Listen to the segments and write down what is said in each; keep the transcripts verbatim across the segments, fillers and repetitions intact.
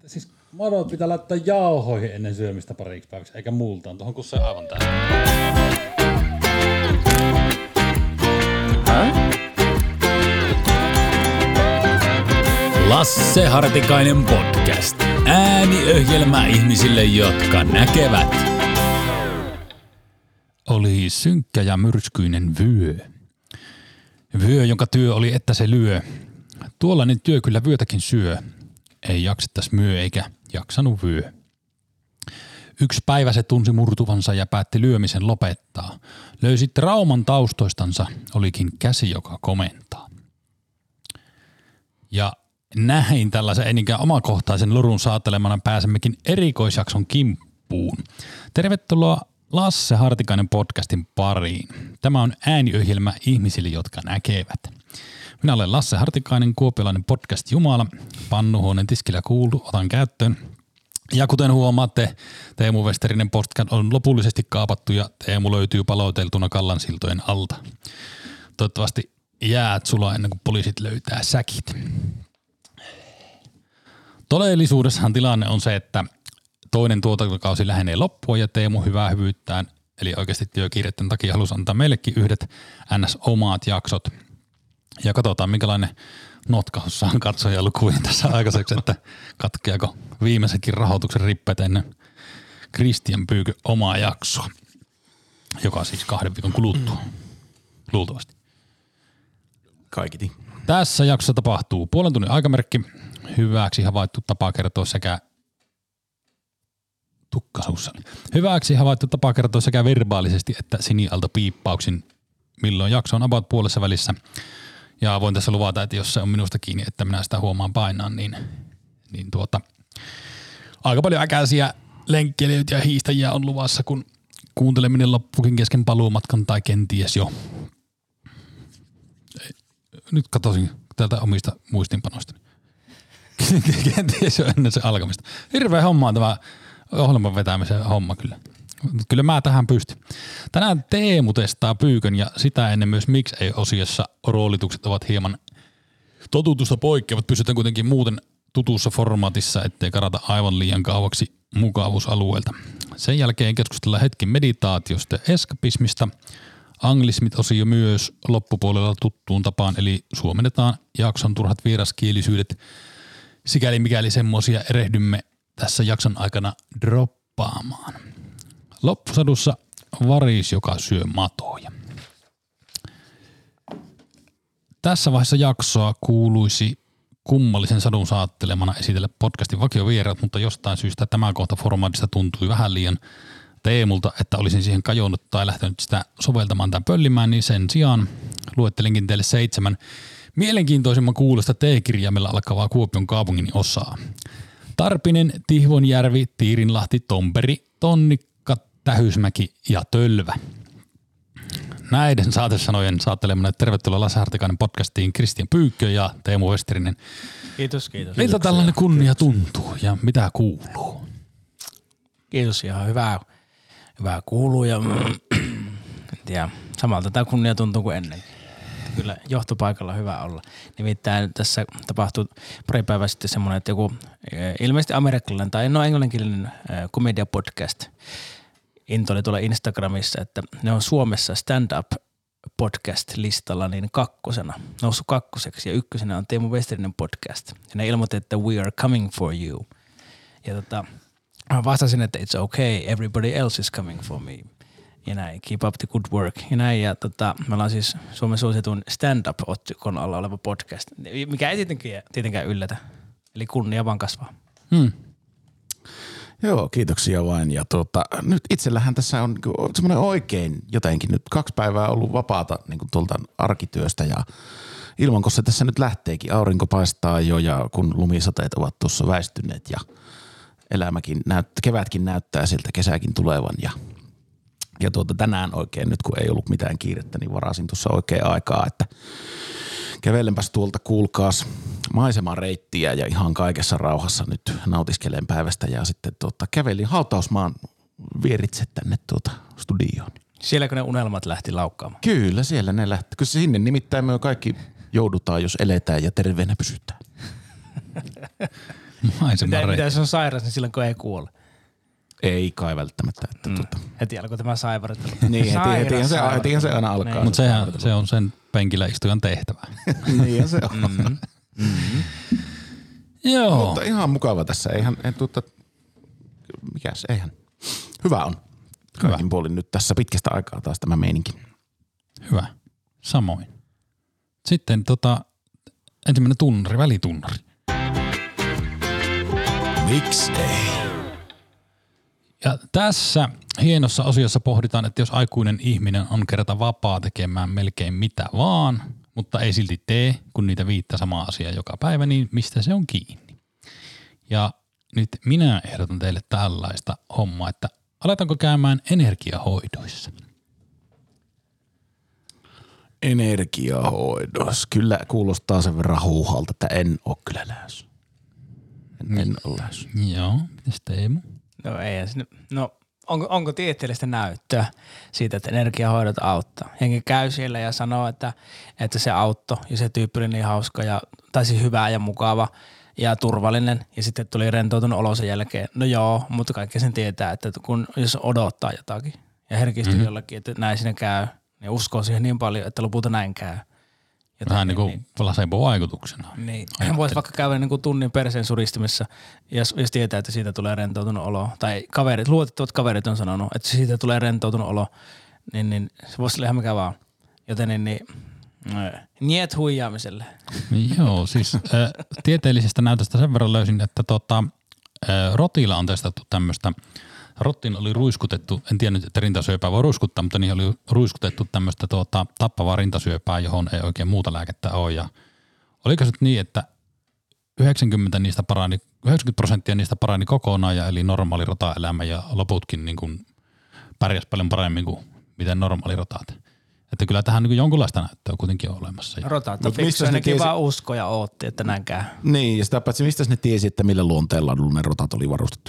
Siis madot pitää laittaa jauhoihin ennen syömistä pariksi päiväksi, eikä multaan. Tuohon kun se aivan täällä. Lasse Hartikainen podcast. Ääniöhjelmä ihmisille, jotka näkevät. Oli synkkä ja myrskyinen vyö. Vyö, jonka työ oli, että se lyö. Tuollainen työ kyllä vyötäkin syö. Ei jaksettais myö eikä jaksanut vyö. Yksi päivä se tunsi murtuvansa ja päätti lyömisen lopettaa. Löysi trauman taustoistansa, olikin käsi, joka komentaa. Ja näin tällaisen eninkään omakohtaisen lorun saattelemana pääsemmekin erikoisjakson kimppuun. Tervetuloa Lasse Hartikainen podcastin pariin. Tämä on ääniöhjelmä ihmisille, jotka näkevät. Minä olen Lasse Hartikainen, kuopiolainen podcast Jumala. Pannuhuoneen tiskillä kuulu, otan käyttöön. Ja kuten huomaatte, Teemu Westerinen podcast on lopullisesti kaapattu ja Teemu löytyy paloiteltuna Kallansiltojen alta. Toivottavasti jäät sulaa ennen kuin poliisit löytää säkit. Todellisuudessahan tilanne on se, että toinen tuotantokausi lähenee loppua ja Teemu hyvää hyvyyttään, eli oikeasti työkiireiden takia halusi antaa meillekin yhdet ns. Omat jaksot. Ja katsotaan, minkälainen notkaus saan katsojalukuihin tässä aikaiseksi, että katkeako viimeisenkin rahoituksen rippeet ennen Kristian Pyykön omaa jaksoa, joka siis kahden viikon kuluttua, mm. luultavasti. Kaikiti. Tässä jaksossa tapahtuu puolen tunnin aikamerkki, hyväksi havaittu tapa kertoa sekä tukkasuussani. Hyväksi havaittu tapa kertoa sekä verbaalisesti että sinialtopiippauksin, milloin jakso on about puolessa välissä. Ja voin tässä luvata, että jos se on minusta kiinni, että minä sitä huomaan painaa, niin, niin tuota, aika paljon äkäisiä lenkkeilijöitä ja hiistäjiä on luvassa, kun kuunteleminen loppukin kesken paluumatkan tai kenties jo. Nyt katsoisin täältä omista muistinpanoista. Kenties jo ennen se alkamista. Hirveä homma on tämä ohjelman vetämisen homma kyllä. Kyllä mä tähän pystyn. Tänään Teemu testaa Pyykön ja sitä ennen myös Miksi ei -osiossa roolitukset ovat hieman totutusta poikkeavat. Pysytään kuitenkin muuten tutussa formaatissa, ettei karata aivan liian kauaksi mukavuusalueelta. Sen jälkeen keskustellaan hetki meditaatiosta ja eskapismista. Anglismit-osio myös loppupuolella tuttuun tapaan, eli suomennetaan jakson turhat vieraskielisyydet, sikäli mikäli semmoisia erehdymme tässä jakson aikana droppaamaan. Loppusadussa varis, joka syö matoja. Tässä vaiheessa jaksoa kuuluisi kummallisen sadun saattelemana esitellä podcastin vakiovieraat, mutta jostain syystä tämä kohta formaatista tuntui vähän liian Teemulta, että olisin siihen kajonnut tai lähtenyt sitä soveltamaan tai pöllimään, niin sen sijaan luettelinkin teille seitsemän mielenkiintoisemman kuulosta T-kirjaimella alkavaa Kuopion kaupungin osaa. Tarpinen, Tihvonjärvi, Tiirinlahti, Tomperi, Tonnikka, Tähysmäki ja Tölvä. Näiden saatesanojen saattelemana tervetuloa Lasse Hartikainen podcastiin Kristian Pyykkö ja Teemu Westerinen. Kiitos, kiitos. Miltä tällainen kunnia tuntuu ja mitä kuuluu? Kiitos, ihan hyvää, hyvää kuuluu ja, ja samalta tämä kunnia tuntuu kuin ennen. Kyllä johtopaikalla hyvä olla. Nimittäin tässä tapahtui pari päivää sitten semmoinen, että joku ilmeisesti amerikkalainen tai no englanninkielinen komediapodcast into oli tuolla Instagramissa, että ne on Suomessa stand-up podcast-listalla niin kakkosena, noussut kakkoseksi ja ykkösenä on Teemu Westerinen podcast. Ja ne ilmoitti, että we are coming for you. Ja tota, mä vastasin, että it's okay, everybody else is coming for me. Ja näin, keep up the good work. Ja näin, ja tota, me ollaan siis Suomen suositun stand-up-otsikon alla oleva podcast, mikä ei tietenkään, tietenkään yllätä. Eli kunnia vaan kasvaa. Hmm. Joo, kiitoksia vain. Ja tuota, nyt itsellähän tässä on semmoinen oikein jotenkin nyt kaksi päivää ollut vapaata niin kuin tuolta arkityöstä ja ilman, kun se tässä nyt lähteekin. Aurinko paistaa jo ja kun lumisateet ovat tuossa väistyneet ja elämäkin näyttää, kevätkin näyttää siltä, kesäkin tulevan ja Ja tuota, tänään oikein nyt, kun ei ollut mitään kiirettä, niin varasin tuossa oikein aikaa, että kävelenpäs tuolta kuulkaas maisemareittiä ja ihan kaikessa rauhassa nyt nautiskelen päivästä ja sitten tuota, kävelin hautausmaan vieritse tänne tuota studioon. Sielläkö ne unelmat lähti laukkaamaan? Kyllä, siellä ne lähti. Kyllä sinne nimittäin me kaikki joudutaan, jos eletään ja terveenä pysytään. Maisema Mitä, reissu. mitä se on sairas, niin silloin kun ei kuole. Ei kai välttämättä. Että Mm. tuota. Heti alkoi tämä saivarit. Niin, heti, hetihän, se, hetihän se aina alkaa. Niin. Mutta sehän se on sen penkillä istujan tehtävä. Niinhän se on. Mm. Mm-hmm. Joo. Mutta ihan mukava tässä. Eihän, ei, tuota, mikäs, eihän. Hyvä on. Kaikin puolin nyt tässä pitkästä aikaa taas tämä meininki. Hyvä. Samoin. Sitten tota, ensimmäinen tunnari, välitunnari. Miksi ei? Ja tässä hienossa osiossa pohditaan, että jos aikuinen ihminen on kerta vapaa tekemään melkein mitä vaan, mutta ei silti tee, kun niitä viittaa samaa asiaa joka päivä, niin mistä se on kiinni? Ja nyt minä ehdotan teille tällaista hommaa, että aletaanko käymään energiahoidoissa? Energiahoidos. Kyllä kuulostaa sen verran huuhalta, että en ole kyllä lähes. En, en ole lähes. Joo, mitäs Teemu? No ei sinne, no onko, onko tieteellistä näyttöä siitä, että energiahoidot auttaa? Henki käy siellä ja sanoo, että, että se auttoi ja se tyyppi oli niin hauska ja tai siis hyvä ja mukava ja turvallinen ja sitten tuli rentoutunut olo sen jälkeen. No joo, mutta kaikki sen tietää, että kun jos odottaa jotakin ja herkistyy mm-hmm. jollekin, että näin siinä käy, niin uskoo siihen niin paljon, että lopulta näin käy. Vähän niin kuin placebo-vaikutuksena. Niin. Hän voisi vaikka käydä niin kuin tunnin perseen suristimessa, jos, jos tietää, että siitä tulee rentoutunut olo. Tai kaverit, luotettavat kaverit on sanonut, että siitä tulee rentoutunut olo, niin, niin se voisi olla ihan mikä vaan. Joten niin, niin niet huijaamiselle. Joo, siis ä, tieteellisestä näytöstä sen verran löysin, että tota, ä, rotilla on testattu tämmöistä. Rottiin oli ruiskutettu, en tiedä nyt, että rintasyöpää voi ruiskuttaa, mutta niin oli ruiskutettu tämmöistä tuota, tappavaa rintasyöpää, johon ei oikein muuta lääkettä ole. Ja oliko se niin, että yhdeksänkymmentä, niistä parani, yhdeksänkymmentä prosenttia niistä parani kokonaan ja eli normaali rotaelämä ja loputkin niin kuin pärjäs paljon paremmin kuin miten normaali rotaat. Että kyllä tähän niin jonkunlaista näyttöä kuitenkin on olemassa. Rotaat on fiksu, ainakin tiesi... vaan usko ja ootti, että näin käy. Niin, ja sitä paitsi mistä ne tiesi, että millä luonteella ne rotat oli varustettu?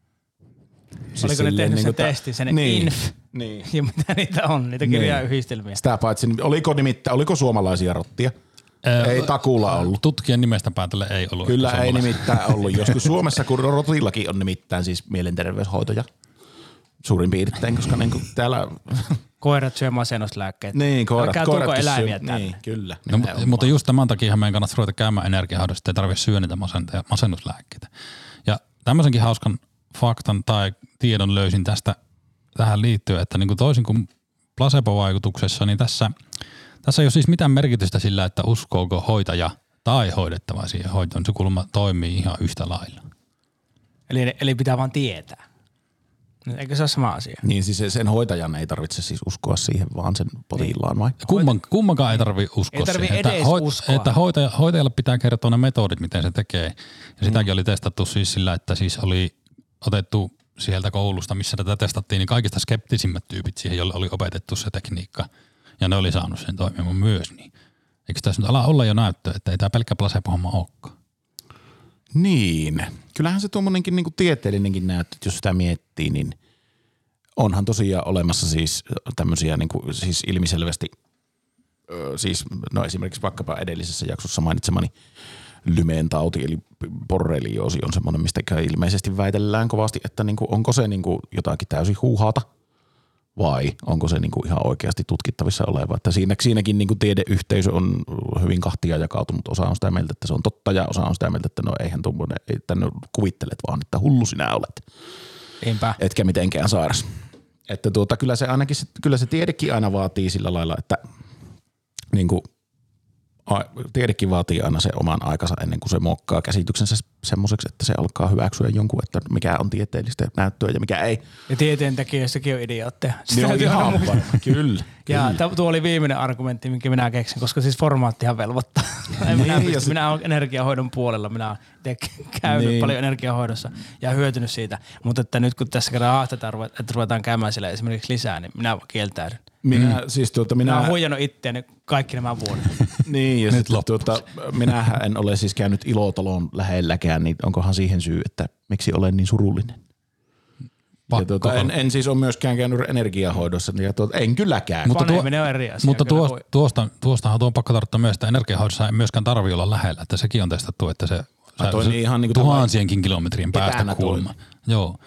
Siis oliko ne tehnyt niin sen testin, sen niin, inf, niin. ja mitä niitä on, niitä kirjayhdistelmiä. Niin. Sitä paitsi, oliko nimittäin, oliko suomalaisia rottia? Ää, ei takuulla ollut. Tutkijan nimestä päätellä ei ollut. Kyllä ei nimittäin ollut. Joskus Suomessa, kun rotillakin on nimittäin siis mielenterveyshoitoja suurin piirtein, koska niin kuin täällä... Koirat syö masennuslääkkeet. Niin, koirat. Älkää koirat tuoko eläimiä syö, tänne. niin, kyllä. No, mutta just tämän takia meidän kannattaa ruveta käymään energiahoidossa, että ei tarvitse syödä niitä masennuslääkkeitä. Ja tämmöisenkin hauskan faktan tai tiedon löysin tästä tähän liittyen, että niin kuin toisin kuin placebo-vaikutuksessa, niin tässä, tässä ei ole siis mitään merkitystä sillä, että uskooko hoitaja tai hoidettava siihen hoitoon. Se kuulemma toimii ihan yhtä lailla. Eli, eli pitää vaan tietää. Eikö se ole sama asia? Niin siis sen hoitajan ei tarvitse siis uskoa siihen, vaan sen potilaan vai? Kumman, kummankaan ei tarvitse uskoa ei tarvi siihen. Edes että, uskoa. että hoitaja, hoitajalle pitää kertoa ne metodit, miten se tekee. Ja sitäkin oli testattu siis sillä, että siis oli otettu sieltä koulusta, missä tätä testattiin, niin kaikista skeptisimmät tyypit siihen, jolle oli opetettu se tekniikka. Ja ne oli saanut sen toimimaan myös. Niin. Eikö tässä nyt ala olla jo näyttöä, että ei tämä pelkkä placebo-homma olekaan? Niin. Kyllähän se tuommoinenkin niinku tieteellinenkin näyttö, jos sitä miettii, niin onhan tosiaan olemassa siis tämmöisiä niinku, siis ilmiselvästi, ö, siis no esimerkiksi vaikkapa edellisessä jaksossa mainitsemani Lymeen tauti, eli borrelioosi on semmoinen, mistä ilmeisesti väitellään kovasti, että niinku, onko se niinku jotakin täysin huuhaata vai onko se niinku ihan oikeasti tutkittavissa oleva. Että siinä, siinäkin niinku tiedeyhteisö on hyvin kahtia jakautunut. Osa on sitä mieltä, että se on totta ja osa on sitä mieltä, että no eihän tuommoinen, ei tänne kuvittelet vaan, että hullu sinä olet. Niinpä. Etkä mitenkään sairas. Että tuota, kyllä se ainakin, kyllä se tiedekin aina vaatii sillä lailla, että niinku, tiedekin vaatii aina se oman aikansa ennen kuin se muokkaa käsityksensä semmoiseksi, että se alkaa hyväksyä jonkun, että mikä on tieteellistä näyttöä ja mikä ei. Ja tieteentekijöissäkin on idiootteja. Niin on ihan varma, kyllä. Ja kyllä. tuo oli viimeinen argumentti, minkä minä keksin, koska siis formaattihan velvoittaa. Niin, minä, pysty, se... minä olen energiahoidon puolella, minä olen käynyt niin. paljon energiahoidossa ja hyötynyt siitä. Mutta että nyt kun tässä kerran haastetaan, että ruvetaan käymään siellä esimerkiksi lisää, niin minä kieltäydyn. Minä, mm. siis tuota, minä... minä olen huijannut itseäni kaikki nämä vuodet. Niin, ja sitten tuota, minähän en ole siis käynyt Ilotalon lähelläkään, niin onkohan siihen syy, että miksi olen niin surullinen? Ja tuota, en, en siis ole myöskään käynyt energiahoidossa, ja tuota, en kylläkään. Mutta, tuo, on eri asia, mutta tuosta, tuosta, tuostahan tuon pakko tarttua myös, että energiahoidossa ei myöskään tarvitse olla lähellä, että sekin on testattu, että se sä, toi niin ihan niinku tuhansienkin kilometrien päästä etänä kuulemma. toimii. Joo.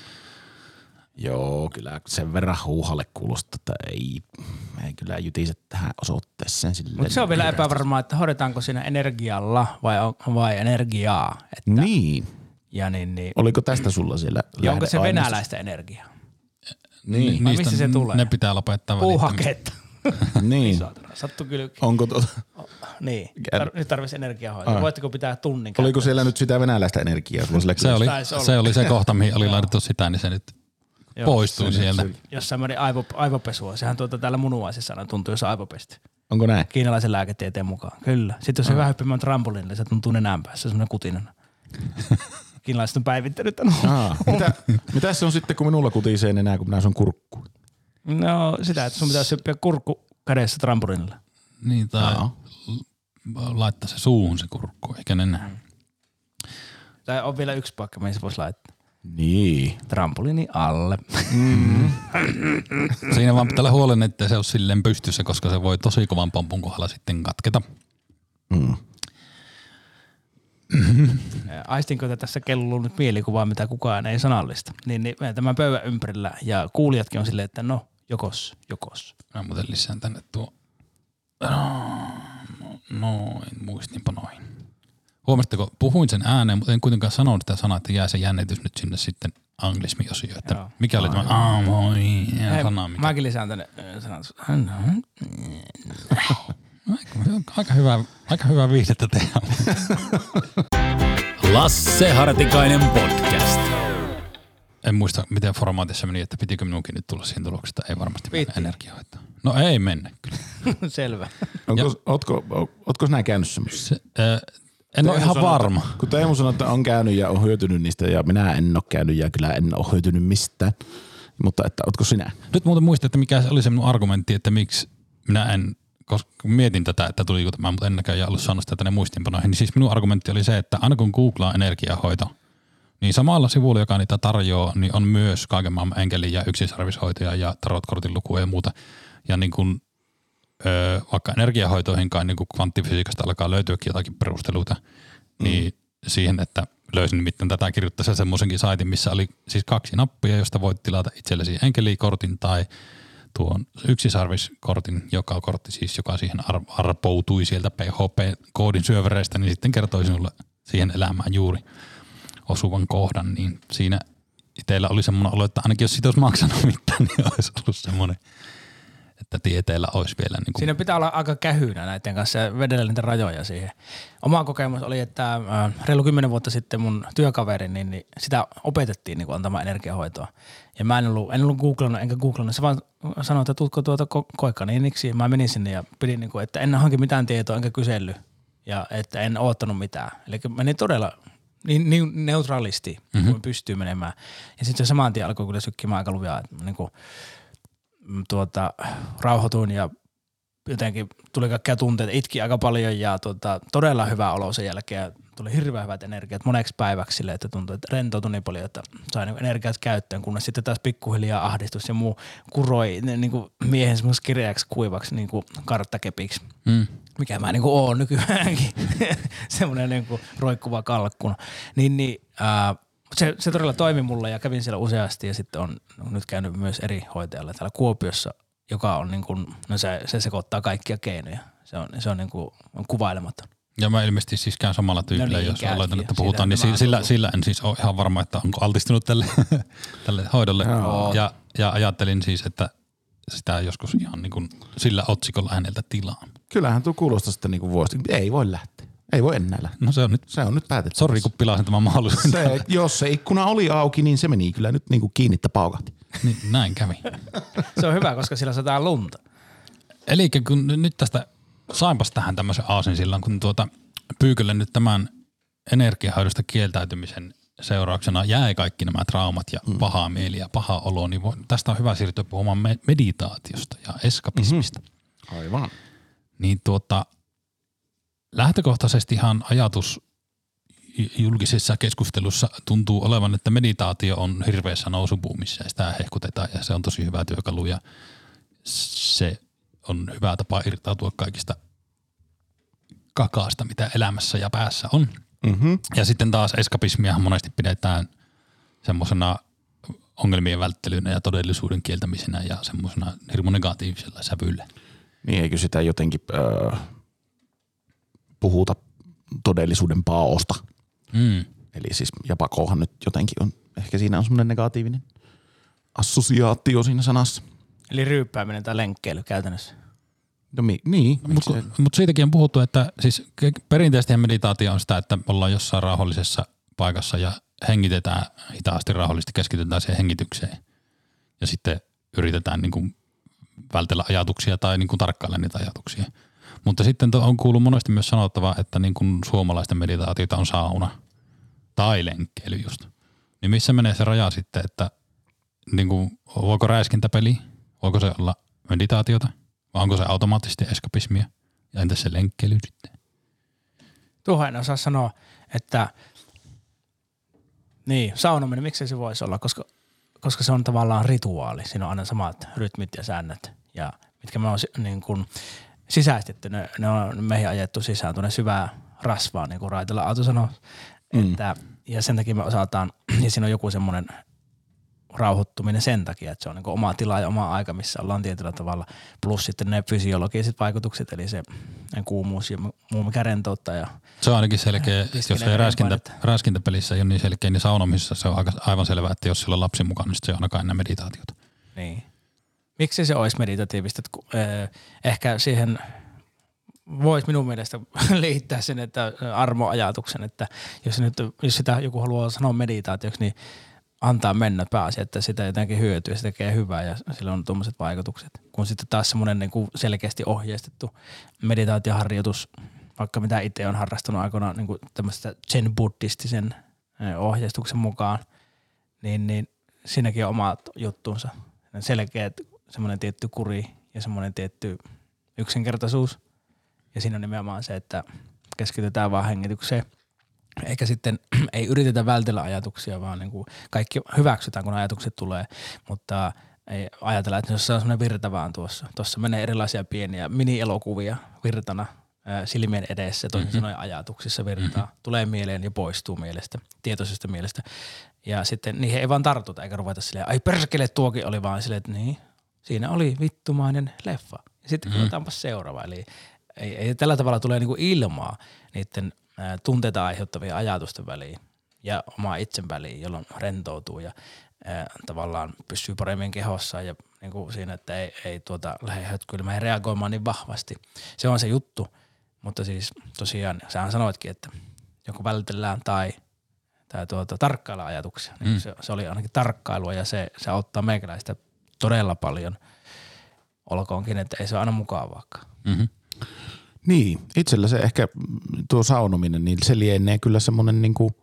Joo, kyllä sen verran huuhalle kuulostaa, että ei, ei kyllä jytiset tähän osoitteeseen silleen. Mutta se on vielä epävarmaa, että hoidetaanko siinä energialla vai, vai energiaa. Että, Niin. Ja niin, niin. Oliko tästä sulla siellä Ja onko se lähdeaineistossa? venäläistä energiaa? Niin. Vai missä se tulee? Ne pitää lopettaa Puuhaketta. Niin. Sattu kyllä. Onko tuota, Niin, Tar- nyt tarvitsisi energiahoitoa. Ai. Voitteko pitää tunnin? oliko siellä nyt sitä venäläistä energiaa? Sulla siellä Se oli, Taisi olla. se oli se kohta, mihin oli laitettu sitä, niin se nyt Joo. poistuu sieltä. Jos semmoinen aivo, aivopesua, sehän tuota täällä munuaisissa aina tuntuu, jos on aivopesti. Onko näin? Kiinalaisen lääketieteen mukaan. Kyllä. Sitten jos se vähän hyppimään trampoliinille, se tuntuu nenään päässä, semmoinen kutinana. Kiinalaiset on päivittänyt tämän. Aa, mitä, mitä se on sitten, kun minulla kutisee enää, kun minä sun kurkku? No sitä, että sun pitäisi syppiä kurkku kädessä trampoliinilla. Niin, tai Aa. laittaa se suuhun se kurkku, eikä nenä. Tai on vielä yksi paikka, mihin se voisi laittaa. Niin. Trampoliini alle. Siinä vaan pitää olla huolen, ettei se ole silleen pystyssä, koska se voi tosi kovan pompun kohdalla sitten katketa. Mm. Aistinko, että tässä kelluu nyt mielikuvaa, mitä kukaan ei sanallista. Niin, niin tämän pöydän ympärillä ja kuulijatkin on silleen, että no, jokos, jokos. Mä muuten lisään tänne tuo. No, noin, muistinpanoihin. Huomasitteko, puhuin sen ääneen, mutta en kuitenkaan sanonut sitä sanaa, että jää se jännitys nyt sinne sitten anglismi-osioon. Että Joo. mikä oli tämä aamoi ja Hei, sana, mikä. mäkin lisään tänne äh, sanat. Aika, aika, hyvä, aika hyvää viihdettä tehdään. Lasse Hartikainen podcast. En muista, miten formaatissa meni, että pitikö minunkin nyt tulla siihen tuloksesta. Ei varmasti mennä Pitti. energiahoitoon. No ei mennä kyllä. Selvä. Onko, ootko, ootko sinä käynyt semmoisessa? Se, äh, en ole ihan sanoi, varma. että- Kun Teemu sanoi, että on käynyt ja on hyötynyt niistä ja minä en ole käynyt ja kyllä en ole hyötynyt mistään. Mutta että ootko sinä? Nyt muuten muistin, että mikä se oli se minun argumentti, että miksi minä en, koska mietin tätä, että tuliko tämä, mutta en näköjään ollut saanut sitä tänne muistinpanoihin, niin siis minun argumentti oli se, että aina kun googlaa energiahoito, niin samalla sivulla, joka niitä tarjoaa, niin on myös kaiken maailman enkelin ja yksisarvishoitoja ja tarotkortin lukua ja muuta. Ja niin kuin, öö, vaikka energiahoitoihinkaan niin kuin kvanttifysiikasta alkaa löytyäkin jotakin perusteluita, mm. niin siihen, että löysin nimittäin tätä kirjoittaessa semmoisenkin saitin, missä oli siis kaksi nappia, josta voit tilata itsellesi enkelikortin tai tuon yksisarviskortin, joka kortti siis, joka siihen ar- arpoutui sieltä P H P-koodin syövereistä, niin sitten kertoi sinulle siihen elämään juuri osuvan kohdan, niin siinä itsellä oli semmoinen olo, että ainakin jos siitä olisi maksanut mitään, niin olisi ollut semmoinen, että tieteellä olisi vielä niin kuin Siinä pitää olla aika kähynä näiden kanssa ja vedellä niitä rajoja siihen. Oma kokemus oli, että äh, reilu kymmenen vuotta sitten mun työkaveri, niin, niin sitä opetettiin niin kuin antamaan energiahoitoa. Ja mä en ollut, en ollut googlannut, enkä googlannut. Se vaan sanoi, että tuutko tuota ko- koikkaniiniksi. Mä menin sinne ja pidin, niin kuin, että en hanki mitään tietoa enkä kysellyt. Ja että en oottanut mitään. Eli meni todella niin, niin neutraalisti, mm-hmm. kuin pystyy menemään. Ja sitten se saman tien alkoi kyllä sykkimään aika luvia, että niin kuin, tuota, rauhoituin ja jotenkin tuli kaikkia tunteita, itki aika paljon ja tuota, todella hyvä olo sen jälkeen ja tuli hirveän hyvät energiat moneksi päiväksi silleen, että tuntui, että rentoutui niin paljon, että sai niin energiat käyttöön, kunnes sitten taas pikkuhiljaa ahdistus ja muu kuroi niin kuin miehen semmoisessa kireäksi kuivaksi niin kuin karttakepiksi, mm. mikä mä niin kuin oon nykyäänkin, semmoinen niin kuin roikkuva kalkkuna. Niin, niin ää, Se, se todella toimi mulle ja kävin siellä useasti ja sitten on nyt käynyt myös eri hoitajalla täällä Kuopiossa, joka on niin kuin, no se, se sekoittaa kaikkia keinoja. Se on, se on niin kuin on kuvailematon. Ja mä ilmeisesti siis käyn samalla tyypillä, No niin, jos käytiin oletan, että jo. puhutaan, niin Siitähän sillä, tämä sillä, on sillä en siis ole ihan varma, että onko altistunut tälle, tälle hoidolle. Ja, ja ajattelin siis, että sitä joskus ihan niin kuin sillä otsikolla häneltä tilaa. Kyllähän tuo kuulostaa sitten niin kuin vuosi. Ei voi lähteä. Ei voi enää lähteä. No se on nyt, Se on nyt päätetty. sori kun pilasin tämän mahdollisuuden. Se, jos se ikkuna oli auki, niin se meni kyllä nyt niin kuin kiinni, että paukahti. Niin, näin kävi. Se on hyvä, koska sillä sataa lunta. Eli kun nyt tästä sainpas tähän tämmöisen aasinsillan, kun tuota Pyykölle nyt tämän energiahoidosta kieltäytymisen seurauksena jäi kaikki nämä traumat ja mm. paha mieli ja paha olo, niin voi, tästä on hyvä siirtyä puhumaan me- meditaatiosta ja eskapismista. Mm-hmm. Aivan. Niin tuota, lähtökohtaisestihan ajatus julkisessa keskustelussa tuntuu olevan, että meditaatio on hirveässä nousubuumissa ja sitä hehkutetaan ja se on tosi hyvä työkalu ja se on hyvä tapa irtautua kaikista kakaasta, mitä elämässä ja päässä on. Mm-hmm. Ja sitten taas eskapismia monesti pidetään semmoisena ongelmien välttelynä ja todellisuuden kieltämisenä ja semmoisena hirmu negatiivisella sävyllä. Niin eikö sitä jotenkin öö, puhuta todellisuuden paosta? Mm. Eli siis, ja pakohan nyt jotenkin on, ehkä siinä on semmoinen negatiivinen assosiaatio siinä sanassa. Eli ryyppääminen tai lenkkeily käytännössä. No mi, niin. Mutta mut siitäkin on puhuttu, että siis perinteisesti meditaatio on sitä, että ollaan jossain rauhallisessa paikassa ja hengitetään hitaasti rauhallisesti, keskitytään siihen hengitykseen. Ja sitten yritetään niin kuin vältellä ajatuksia tai niin kuin tarkkailla niitä ajatuksia. Mutta sitten on kuullut monesti myös sanottava, että niin kuin suomalaisten meditaatiota on sauna tai lenkkeily just. Niin missä menee se raja sitten, että niin kuin, voiko räiskintäpeli, voiko se olla meditaatiota vai onko se automaattisesti eskapismia ja entäs se lenkkeily sitten? Tuohon en osaa sanoa, että niin, saunominen, miksei se voisi olla, koska, koska se on tavallaan rituaali. Siinä on aina samat rytmit ja säännöt, ja mitkä me on niin kuin sisäistetty, ne, ne on meihin ajettu sisään tuonne syvään rasvaan, niin kuin Raitala Aatu sanoi. Mm. Että, ja sen takia me osataan, ja siinä on joku semmoinen rauhoittuminen sen takia, että se on niin kuin oma tila ja oma aika, missä ollaan tietyllä tavalla, plus sitten ne fysiologiset vaikutukset, eli se kuumuus ja muu mikä rentouttaa. Ja se on ainakin selkeä, jos ei räiskintä, räiskintäpelissä ei ole niin selkeä, niin saunomisessa se on aika, aivan selvää, että jos sillä on lapsi mukana, niin se on ainakaan ennen meditaatiota. Niin. Miksi se olisi meditatiivista? Ehkä siihen voisi minun mielestä liittää sen, että armoajatuksen, että jos, nyt, jos sitä joku haluaa sanoa meditaatioksi, niin antaa mennä pääasi, että sitä jotenkin hyötyy ja se tekee hyvää ja sillä on tuommoiset vaikutukset. Kun sitten taas semmoinen niin kuin selkeästi ohjeistettu meditaatioharjoitus, vaikka mitä itse on harrastanut aikoinaan niin kuin tämmöistä zen-buddhistisen ohjeistuksen mukaan, niin, niin siinäkin on omat juttuunsa. Selkeät semmoinen tietty kuri ja semmoinen tietty yksinkertaisuus. Ja siinä on nimenomaan se, että keskitytään vaan hengitykseen. Eikä sitten, ei yritetä vältellä ajatuksia, vaan niin kuin kaikki hyväksytään, kun ajatukset tulee, mutta ei ajatella, että jos se on semmoinen virta vaan tuossa. Tuossa menee erilaisia pieniä mini-elokuvia virtana ää, silmien edessä, toisin mm-hmm. sanoen ajatuksissa virtaa. Mm-hmm. Tulee mieleen ja poistuu mielestä, tietoisesta mielestä. Ja sitten niihin ei vaan tartuta, eikä ruveta silleen, ai perskele tuokin oli vaan silleen, että niin, siinä oli vittumainen leffa. Ja sitten mm-hmm. otetaanpa seuraava. Eli ei, ei tällä tavalla tulee niinku ilmaa niiden tunteita aiheuttavia ajatusten väliin ja omaa itsen väliin, jolloin rentoutuu ja ää, tavallaan pysyy paremmin kehossa ja niin kuin siinä, että ei, ei tuota, lähde hötkyilemään ja reagoimaan niin vahvasti. Se on se juttu, mutta siis tosiaan, sähän sanoitkin, että joko vältellään tai, tai tuota, tarkkailla ajatuksia. Niin mm. se, se oli ainakin tarkkailua ja se, se auttaa meikäläistä todella paljon, olkoonkin, että ei se ole aina mukavaakaan. Mm-hmm. Niin, itsellä se ehkä tuo saunominen, niin se lienee kyllä semmoinen niinku,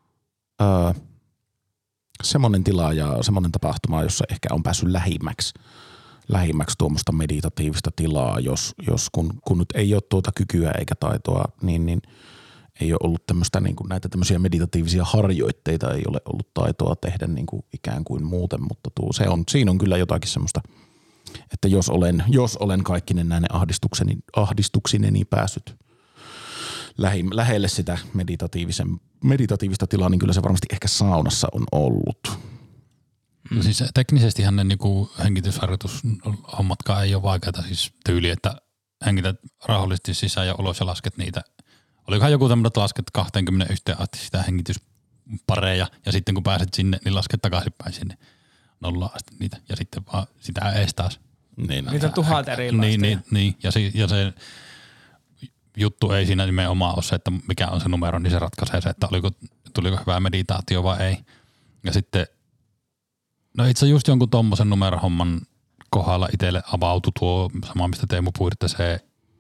öö, semmoinen tila ja semmoinen tapahtuma, jossa ehkä on päässyt lähimmäksi, lähimmäksi tuommoista meditatiivista tilaa, jos, jos kun, kun nyt ei ole tuota kykyä eikä taitoa, niin, niin ei ole ollut tämmöistä niinku näitä tämmöisiä meditatiivisia harjoitteita, ei ole ollut taitoa tehdä niinku ikään kuin muuten, mutta tuo, se on, siinä on kyllä jotakin semmoista, että jos olen, jos olen kaikkinen näinen ahdistukseni, ahdistuksineni päässyt lähi, lähelle sitä meditatiivisen, meditatiivista tilaa, niin kyllä se varmasti ehkä saunassa on ollut. No siis teknisestihän ne niinku hengitysharjoitushommatkaan ei ole vaikeata, siis tyyli, että hengität rauhallisesti sisään ja ulos ja lasket niitä. Olikohan joku tämmöinen, että lasket kaksikymmentäyksi asti sitä hengityspareja ja sitten kun pääset sinne, niin lasket takaisinpäin sinne. Nolla asti niitä ja sitten vaan sitä ees taas. Niin, niitä on tuhat erilaista. Niin, niin, niin. Ja, se, ja se juttu ei siinä nimenomaan ole se, että mikä on se numero, niin se ratkaisee se, että oliko, tuliko hyvää meditaatio vai ei. Ja sitten, no itse just jonkun tommosen numerohomman kohdalla itselle avautui tuo sama, mistä Teemu puhuitte, se,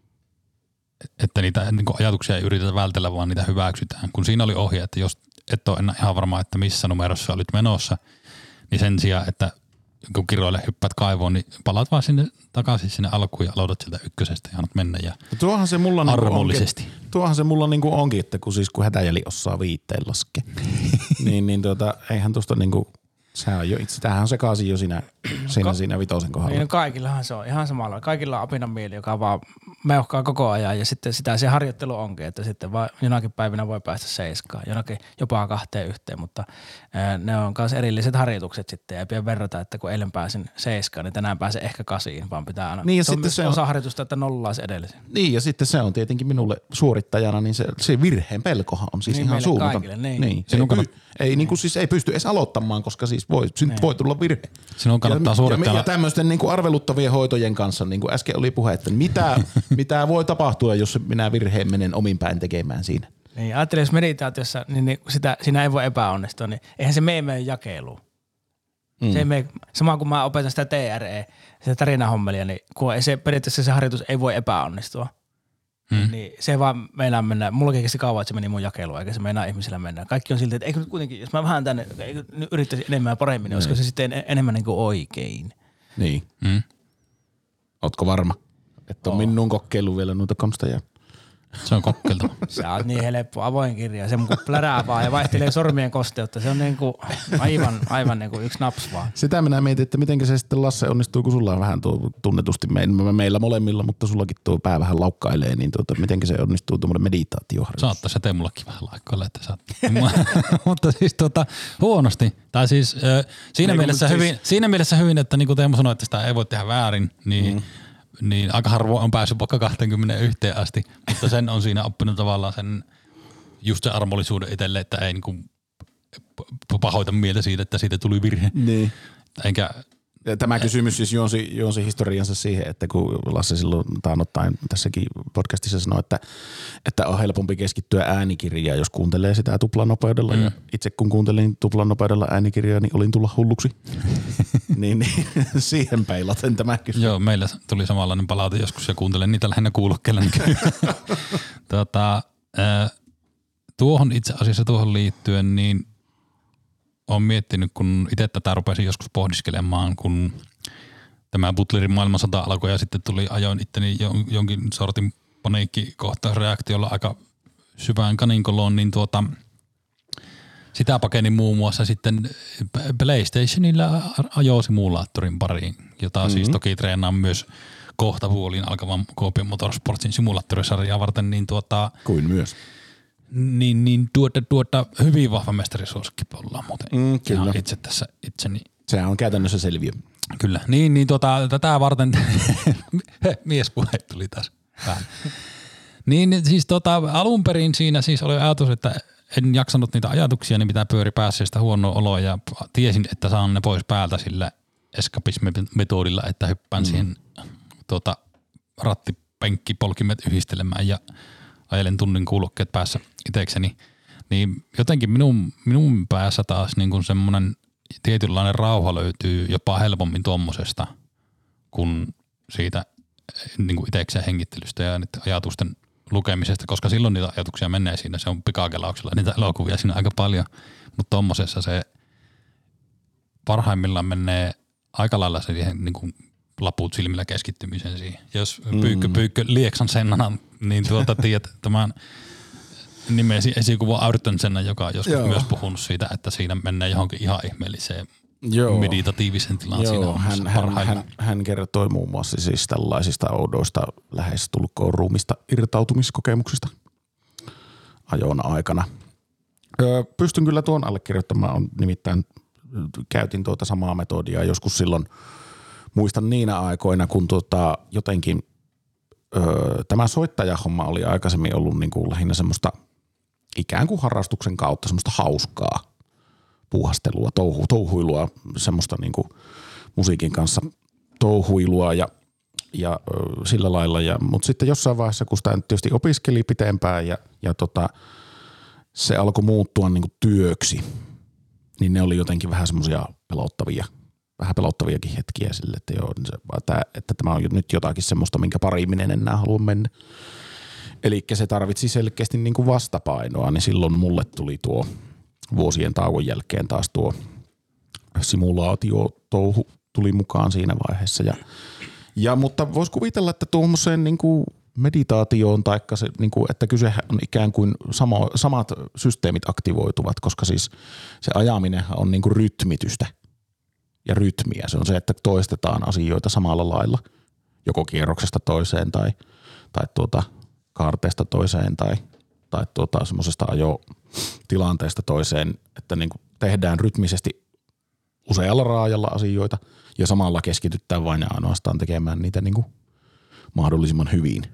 että niitä niin kuin ajatuksia ei yritetä vältellä, vaan niitä hyväksytään. Kun siinä oli ohje, että jos et ole enää ihan varma, että missä numerossa olit menossa, niin sen sijaan, että kun kiroille hyppäät kaivoon, niin palaat vaan sinne takaisin sinne alkuun ja aloitat sieltä ykkösestä ja annat mennä ja tuohan se mulla armollisesti. Niinku onkin, tuohan se mulla niinku onkin, että kun siis kun hätäjäli osaa viitteen laskea, niin, niin tuota, eihän tuosta niinku, sehän on jo itse, tämähän on sekaisin jo siinä, siinä, Ka- siinä vitosen kohdalla. Niin, no kaikillahan se on ihan samalla. Kaikilla on apinan mieli, joka vaan meuhkaa koko ajan ja sitten sitä se harjoittelu onkin, että sitten vaan jonakin päivinä voi päästä seiskaan, jonakin jopa kahteen yhteen, mutta ää, ne on myös erilliset harjoitukset sitten ja ei pidä verrata, että kun eilen pääsin seiskaan, niin tänään pääsen ehkä kasiin, vaan pitää aina. Niin ja se on sitten myös se on- osa harjoitusta, että nollaa se edellisen. Niin ja sitten se on tietenkin minulle suorittajana, niin se, se virheen pelkohan on siis Niin, ihan meille suunnaton. kaikille, niin. niin. Sinun Ei, kannat- py, ei, niin kuin siis ei pysty edes aloittamaan, koska siis voi, niin. voi tulla virhe. Sinun kannattaa ja, suorittaa. Ja, ja tämmöisten niin kuin arveluttavien hoitojen kanssa, niin kuin äsken oli puhe, että mitä, mitä voi tapahtua, jos minä virheen menen omin päin tekemään siinä. Niin, ajattelin, jos meditaatiossa, niin, niin sitä, siinä ei voi epäonnistua, niin eihän se mene meidän jakeluun. Mm. Se ei mene, sama kuin mä opetan sitä T R E, sitä tarinahommelia, niin kun ei se, periaatteessa se harjoitus ei voi epäonnistua. Hmm. Niin se vaan meinaa mennä, mullakin kesti kauan, että se meni mun jakeluun, eikä se meinaa ihmisillä mennä. Kaikki on siltä, että eikö nyt kuitenkin, jos mä vähän tänne, eikö nyt yrittäisi enemmän ja paremmin, niin olisiko se sitten en, enemmän niin kuin oikein. Niin. Mm. Ootko varma? Että on Oo. minun kokeillut vielä noita konsteja. Se on kokkeltu. Sä oot niin helppo avoin kirja, se kun plärää vaan ja vaihtelee sormien kosteutta, se on niin kuin aivan, aivan niin kuin yksi naps vaan. Sitä minä mietin, että miten se sitten Lasse onnistuu, kun sulla on vähän tuo tunnetusti me, meillä molemmilla, mutta sullakin tuo pää vähän laukkailee, niin tuota, miten se onnistuu tuommoinen meditaatioharjoitus? Saattaa se tee mullakin vähän laikkoilla, että saat. Mutta siis tota, huonosti. Tai siis äh, siinä, Ei, mielessä mutta hyvin, siis- siinä mielessä hyvin, että niin kuin Teemu sanoi, että sitä ei voi tehdä väärin, niin, mm. niin aika harvoin on päässyt vaikka kaksikymmentäyksi asti. Mutta sen on siinä oppinut tavallaan sen just se armollisuuden itselle, että ei niin kuin pahoita mieltä siitä, että siitä tuli virhe. Niin. Enkä Ja tämä kysymys siis juonsi, juonsi historiansa siihen, että kun Lasse silloin taannoittain tässäkin podcastissa sanoi, että, että on helpompi keskittyä äänikirjaan, jos kuuntelee sitä tuplanopeudella. Mm. Ja itse kun kuuntelin tuplanopeudella äänikirjaa, niin olin tulla hulluksi. niin, niin siihen peilaten tämä kysymys. Joo, meillä tuli samanlainen palaute joskus ja kuuntelen niitä lähinnä kuulokkeilla. Niin tota, äh, tuohon itse asiassa tuohon liittyen, niin olen miettinyt, kun itse tätä rupesin joskus pohdiskelemaan, kun tämä Butlerin maailmansota alkoi ja sitten tuli ajoin itteni jonkin sortin paniikkikohtausreaktiolla aika syvään kaninkoloon, niin tuota, sitä pakenin muun muassa sitten PlayStationilla ajosimulaattorin pariin, jota mm-hmm. siis toki treenaan myös kohta puoliin alkavan Kuopion Motorsportsin simulaattorisarjaa varten, niin tuota, Kuin myös. niin, niin tuota, tuota, hyvin vahva mestarisuosikki ollaan muuten. Mm, kyllä. Ihan itse tässä itseni. Sehän on käytännössä selviö. Kyllä. Niin, niin tuota, tätä varten miespuhe tuli taas vähän. Niin siis tota, alun perin siinä siis oli ajatus, että en jaksanut niitä ajatuksia, niin mitä pyöri päässä sitä huonoa oloa ja tiesin, että saan ne pois päältä sillä eskapismimetodilla, että hyppään mm. siihen tuota, rattipenkkipolkimet yhdistelemään ja ajelen tunnin kuulokkeet päässä itsekseni. Niin jotenkin minun, minun päässä taas niin kuin semmoinen tietynlainen rauha löytyy jopa helpommin tuommoisesta kuin siitä niin kuin itsekseen hengittelystä ja niiden ajatusten lukemisesta, koska silloin niitä ajatuksia menee siinä, se on pikakelauksella niitä elokuvia siinä aika paljon, mutta tommosessa se parhaimmillaan menee aika lailla siihen niin kuin laput silmillä keskittymiseen siihen. Jos pyykkö, pyykkö Lieksan Sennana, niin tuota tiedät tämän nimesi esikuva Ayrton Senna, joka on joskus Joo. myös puhunut siitä, että siinä menee johonkin ihan ihmeelliseen Joo. meditatiivisen tilaan siinä Joo, hän, hän, parhaimmillaan. hän, hän kertoi muun muassa siis tällaisista oudoista lähes tulkoon ruumista irtautumiskokemuksista ajon aikana. Öö, pystyn kyllä tuon allekirjoittamaan, on nimittäin käytin tuota samaa metodia joskus silloin, muistan niinä aikoina, kun tuota, jotenkin öö, tämä soittajahomma oli aikaisemmin ollut niin kuin lähinnä semmoista ikään kuin harrastuksen kautta semmoista hauskaa puuhastelua, touhu, touhuilua, semmoista niin kuin musiikin kanssa touhuilua ja, ja ö, sillä lailla. Ja, mutta sitten jossain vaiheessa, kun sitä tietysti opiskeli pitempään ja, ja tota, se alkoi muuttua niin kuin työksi, niin ne oli jotenkin vähän semmoisia pelottavia, vähän pelottaviakin hetkiä sille, että, joo, se, että, että tämä on nyt jotakin semmoista, minkä pariin minä en enää halua mennä. Eli se tarvitsi selkeästi niin kuin vastapainoa, niin silloin mulle tuli tuo vuosien tauon jälkeen taas tuo simulaatiotouhu tuli mukaan siinä vaiheessa. Ja, ja mutta voisi kuvitella, että tuommoiseen niin kuin meditaatioon, taikka se, niin kuin, että kyse on ikään kuin samo, samat systeemit aktivoituvat, koska siis se ajaminenhan on niin kuin rytmitystä. ja rytmiä. Se on se, että toistetaan asioita samalla lailla, joko kierroksesta toiseen tai, tai tuota kaarteesta toiseen tai, tai tuota semmoisesta ajotilanteesta toiseen, että niin kuin tehdään rytmisesti usealla raajalla asioita ja samalla keskitytään vain ja ainoastaan tekemään niitä niin kuin mahdollisimman hyvin.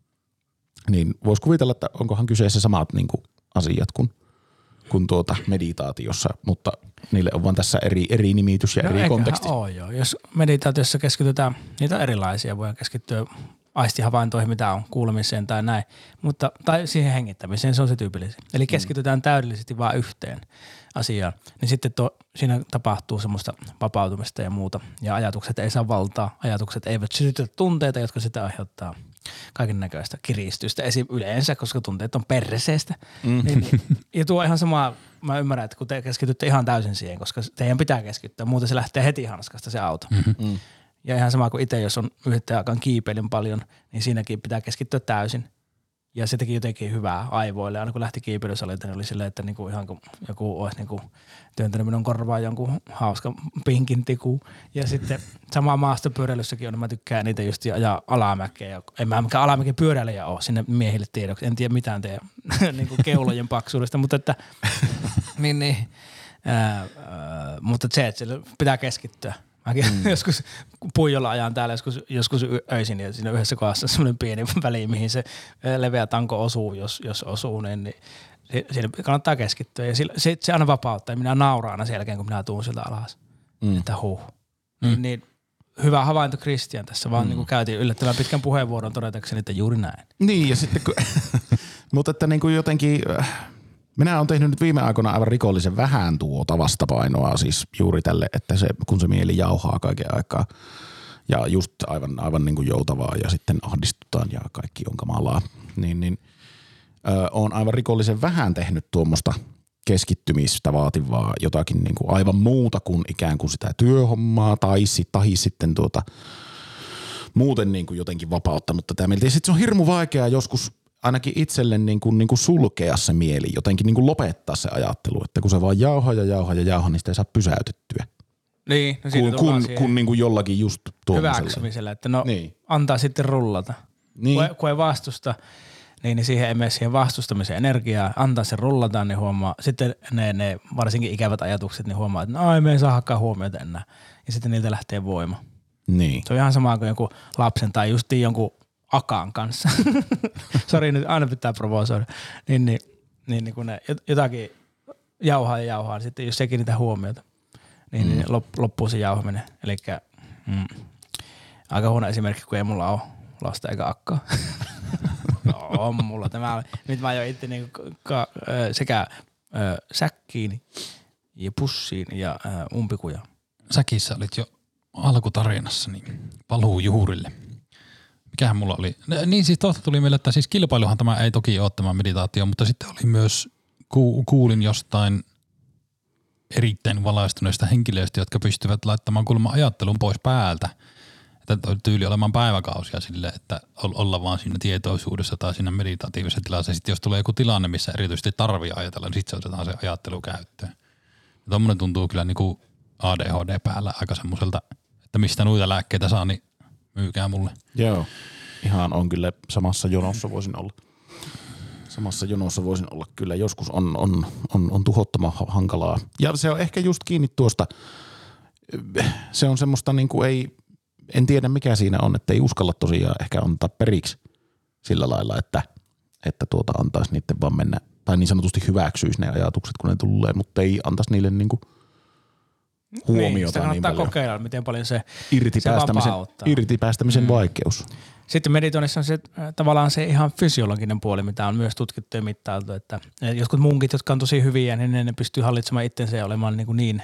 Niin voisi kuvitella, että onkohan kyseessä samat niin kuin asiat kuin, kuin tuota meditaatiossa, mutta niille on vaan tässä eri, eri nimitys ja no eri konteksti. Oo, joo. Jos meditaatiossa keskitytään, niitä on erilaisia, voidaan keskittyä aistihavaintoihin, mitä on kuulemiseen tai näin, mutta, tai siihen hengittämiseen, se on se tyypillisin. Eli keskitytään täydellisesti vain yhteen asiaan, niin sitten to, siinä tapahtuu semmoista vapautumista ja muuta, ja ajatukset ei saa valtaa, ajatukset eivät sytytä tunteita, jotka sitä aiheuttaa kaiken näköistä kiristystä esim. Yleensä, koska tunteet on perseestä. Mm. Niin, niin, ja tuo ihan sama, mä ymmärrän, että kun te keskitytte ihan täysin siihen, koska teidän pitää keskittyä, muuten se lähtee heti hanskasta se auto. Mm-hmm. Mm. Ja ihan sama kuin itse, jos on yhden aikaan kiipeilin paljon, niin siinäkin pitää keskittyä täysin. Ja se teki jotenkin hyvää aivoille. Aina kun lähti kiipeilysalilta, niin oli silleen, että niinku ihan kun joku olisi niinku työntänyt minun korvaan jonkun hauskan pinkin tikun. Ja sitten sama maastopyöräilyssäkin on, niin mä tykkään niitä just ajaa alamäkeä. Ja en mä mikään alamäken pyöräilijä ole sinne miehille tiedoksi. En tiedä mitään teidän niinku keulojen paksuudesta, mutta että niin, niin, ää, ää, mutta se, että sille pitää keskittyä. Mäkin mm. joskus puijolla ajan täällä joskus, joskus öisin ja siinä yhdessä kohdassa semmoinen pieni väli, mihin se leveä tanko osuu, jos, jos osuu, niin, niin siinä kannattaa keskittyä. Ja se, se aina vapauttaa ja minä nauraan aina sen jälkeen, kun minä tuun sieltä alas. Mm. Että huh. Mm. Niin, niin hyvä havainto Kristian tässä, vaan mm. niin kuin käytiin yllättävän pitkän puheenvuoron todetakseni, että juuri näin. Niin ja sitten kun, mutta että niin kuin jotenkin... Minä olen tehnyt nyt viime aikoina aivan rikollisen vähän tuota vastapainoa siis juuri tälle, että se, kun se mieli jauhaa kaiken aikaa ja just aivan, aivan niin kuin joutavaa ja sitten ahdistutaan ja kaikki on kamalaa, niin, niin ö, olen aivan rikollisen vähän tehnyt tuommoista keskittymistä vaativaa jotakin niin kuin aivan muuta kuin ikään kuin sitä työhommaa tai, tai sitten tuota muuten niin kuin jotenkin vapauttanut tätä mieltä. Ja sitten se on hirmu vaikeaa joskus ainakin itselle niin kuin, niin kuin sulkea se mieli, jotenkin niin kuin lopettaa se ajattelu, että kun se vaan jauhaa ja jauhaa ja jauhaa, niin sitä ei saa pysäytettyä. Niin, no kun, kun, kun niin kuin jollakin just tuollaisella. Hyväksymisellä, että no niin. Antaa sitten rullata. Niin. Kun, kun ei vastusta, niin, niin siihen ei mene siihen vastustamisen energiaa, antaa se rullata, niin huomaa, sitten ne, ne varsinkin ikävät ajatukset, niin huomaa, että no ei me ei saadakaan huomiota enää. Ja sitten niiltä lähtee voima. Niin. Se on ihan sama kuin joku lapsen tai justiin jonkun akaan kanssa. Sori, nyt aina pitää provosoida. Niin, niin, niin, niin kun ne jotakin jauhaa ja jauhaa, niin sitten jos sekin niitä huomiota, niin, mm. niin loppuu se jauhaminen. Elikkä mm, aika huono esimerkki, kun ei mulla ole lasta eikä akkaa. No on mulla. Tämä, nyt mä ajoin itse niin ka, sekä ö, säkkiin ja pussiin ja ö, umpikujaan. Säkissä olit jo alkutarinassa, niin paluu juurille. Mikähän mulla oli? Niin siis tohta tuli meille, että siis kilpailuhan tämä ei toki ole tämä meditaatio, mutta sitten oli myös, ku, kuulin jostain erittäin valaistuneista henkilöistä, jotka pystyvät laittamaan kuulemma ajattelun pois päältä. Että tyyli olemaan päiväkausia silleen, että olla vaan siinä tietoisuudessa tai siinä meditaatiivisessa tilassa. Sitten jos tulee joku tilanne, missä erityisesti tarvii ajatella, niin sitten se otetaan se ajattelu käyttöön. Ja tommoinen tuntuu kyllä niin kuin A D H D päällä aika semmoiselta, että mistä noita lääkkeitä saa, niin myykää mulle. Joo, ihan on kyllä samassa jonossa voisin olla. Samassa jonossa voisin olla kyllä. Joskus on, on, on, on tuhottoman hankalaa. Ja se on ehkä just kiinni tuosta, se on semmoista niin kuin ei, en tiedä mikä siinä on, että ei uskalla tosiaan ehkä antaa periksi sillä lailla, että, että tuota antaisi niiden vaan mennä, tai niin sanotusti hyväksyisi ne ajatukset, kun ne tulee, mutta ei antaisi niille niin kuin huomiota niin, niin paljon. Kokeilla, miten paljon se, irti se päästämisen, vapauttaa. irti päästämisen mm. vaikeus. Sitten meditoinnissa on se tavallaan se ihan fysiologinen puoli, mitä on myös tutkittu ja mittailtu, että jotkut munkit, jotka on tosi hyviä, niin ne, ne pystyy hallitsemaan itsensä ja olemaan niin, niin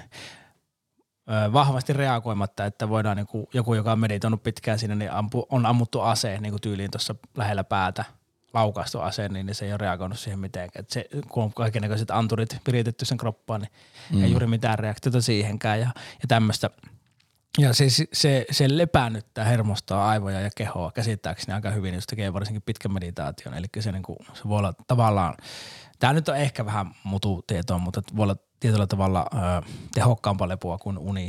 ö, vahvasti reagoimatta, että voidaan niin kuin, joku, joka on meditoinut pitkään siinä, niin ampu, on ammuttu ase niin kuin tyyliin tuossa lähellä päätä, laukaistu aseen, niin se ei ole reagoinut siihen mitenkään. Et se, kun on kaikennäköiset anturit viritetty sen kroppaan, niin mm. ei juuri mitään reaktiota siihenkään ja, ja tämmöistä. Ja se, se, se lepännyttää, hermostaa aivoja ja kehoa käsittääkseni aika hyvin, jos tekee varsinkin pitkän meditaation. Eli se, niin kuin, se voi olla tavallaan, tämä nyt on ehkä vähän mututietoa, mutta voi olla tietyllä tavalla ö, tehokkaampaa lepoa kuin uni.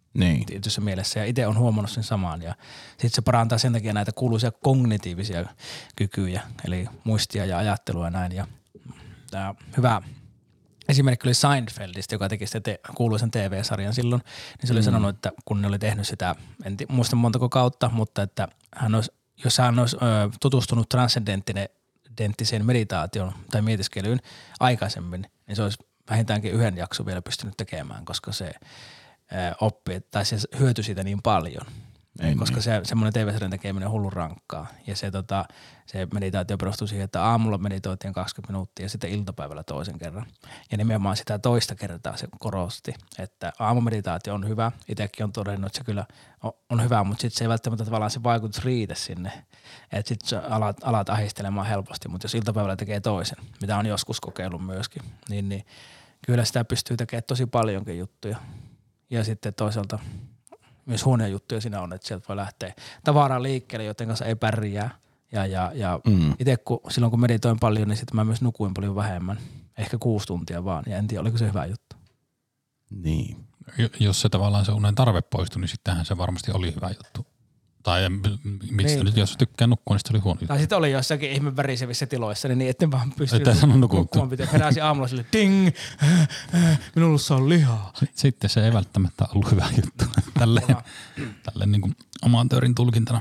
Niin. tietyssä mielessä ja itse on huomannut sen saman ja sitten se parantaa sen takia näitä kuuluisia kognitiivisia kykyjä, eli muistia ja ajattelua ja näin ja tämä hyvä esimerkki oli Seinfeldistä, joka teki sitä te- kuuluisen T V-sarjan silloin, niin se oli mm. sanonut, että kun ne oli tehnyt sitä, en t- muista montako kautta, mutta että hän olisi, jos hän olisi ö, tutustunut transcendenttiseen meditaation tai mietiskelyyn aikaisemmin, niin se olisi vähintäänkin yhden jakson vielä pystynyt tekemään, koska se ö, oppi, tai se hyötyi siitä niin paljon. Ei, koska niin. se semmoinen T V-sarjan tekeminen on hullun rankkaa. Ja se, tota, se meditaatio perustuu siihen, että aamulla meditoitiin kaksikymmentä minuuttia ja sitten iltapäivällä toisen kerran. Ja nimenomaan sitä toista kertaa se korosti, että aamumeditaatio on hyvä. Itsekin on todennut, että se kyllä on, on hyvä, mutta sitten se ei välttämättä tavallaan se vaikutus riitä sinne. Että sitten alat, alat ahistelemaan helposti, mutta jos iltapäivällä tekee toisen, mitä on joskus kokeillut myöskin, niin, niin kyllä sitä pystyy tekemään tosi paljonkin juttuja. Ja sitten toisaalta myös huonoja juttuja siinä on, että sieltä voi lähteä tavaraa liikkeelle, joten kanssa ei pärjää. Ja, ja, ja mm. itse kun, silloin kun meditoin paljon, niin sitten mä myös nukuin paljon vähemmän. Ehkä kuusi tuntia vaan, ja en tiedä, oliko se hyvä juttu. Niin. Jos se tavallaan se unen tarve poistui, niin sittenhän se varmasti oli hyvä juttu. Tai miksi niin. Nyt, jos tykkää nukkua, niin se oli huono juttu. Tai sitten oli jossakin ihme värisevissä tiloissa, niin etten vaan pystynyt nukkumaan. Heräsin aamulla sille ding, minulla on lihaa. Sitten se ei välttämättä ollut hyvä juttu. Tälleen, tälleen niin kuin oman törin tulkintana.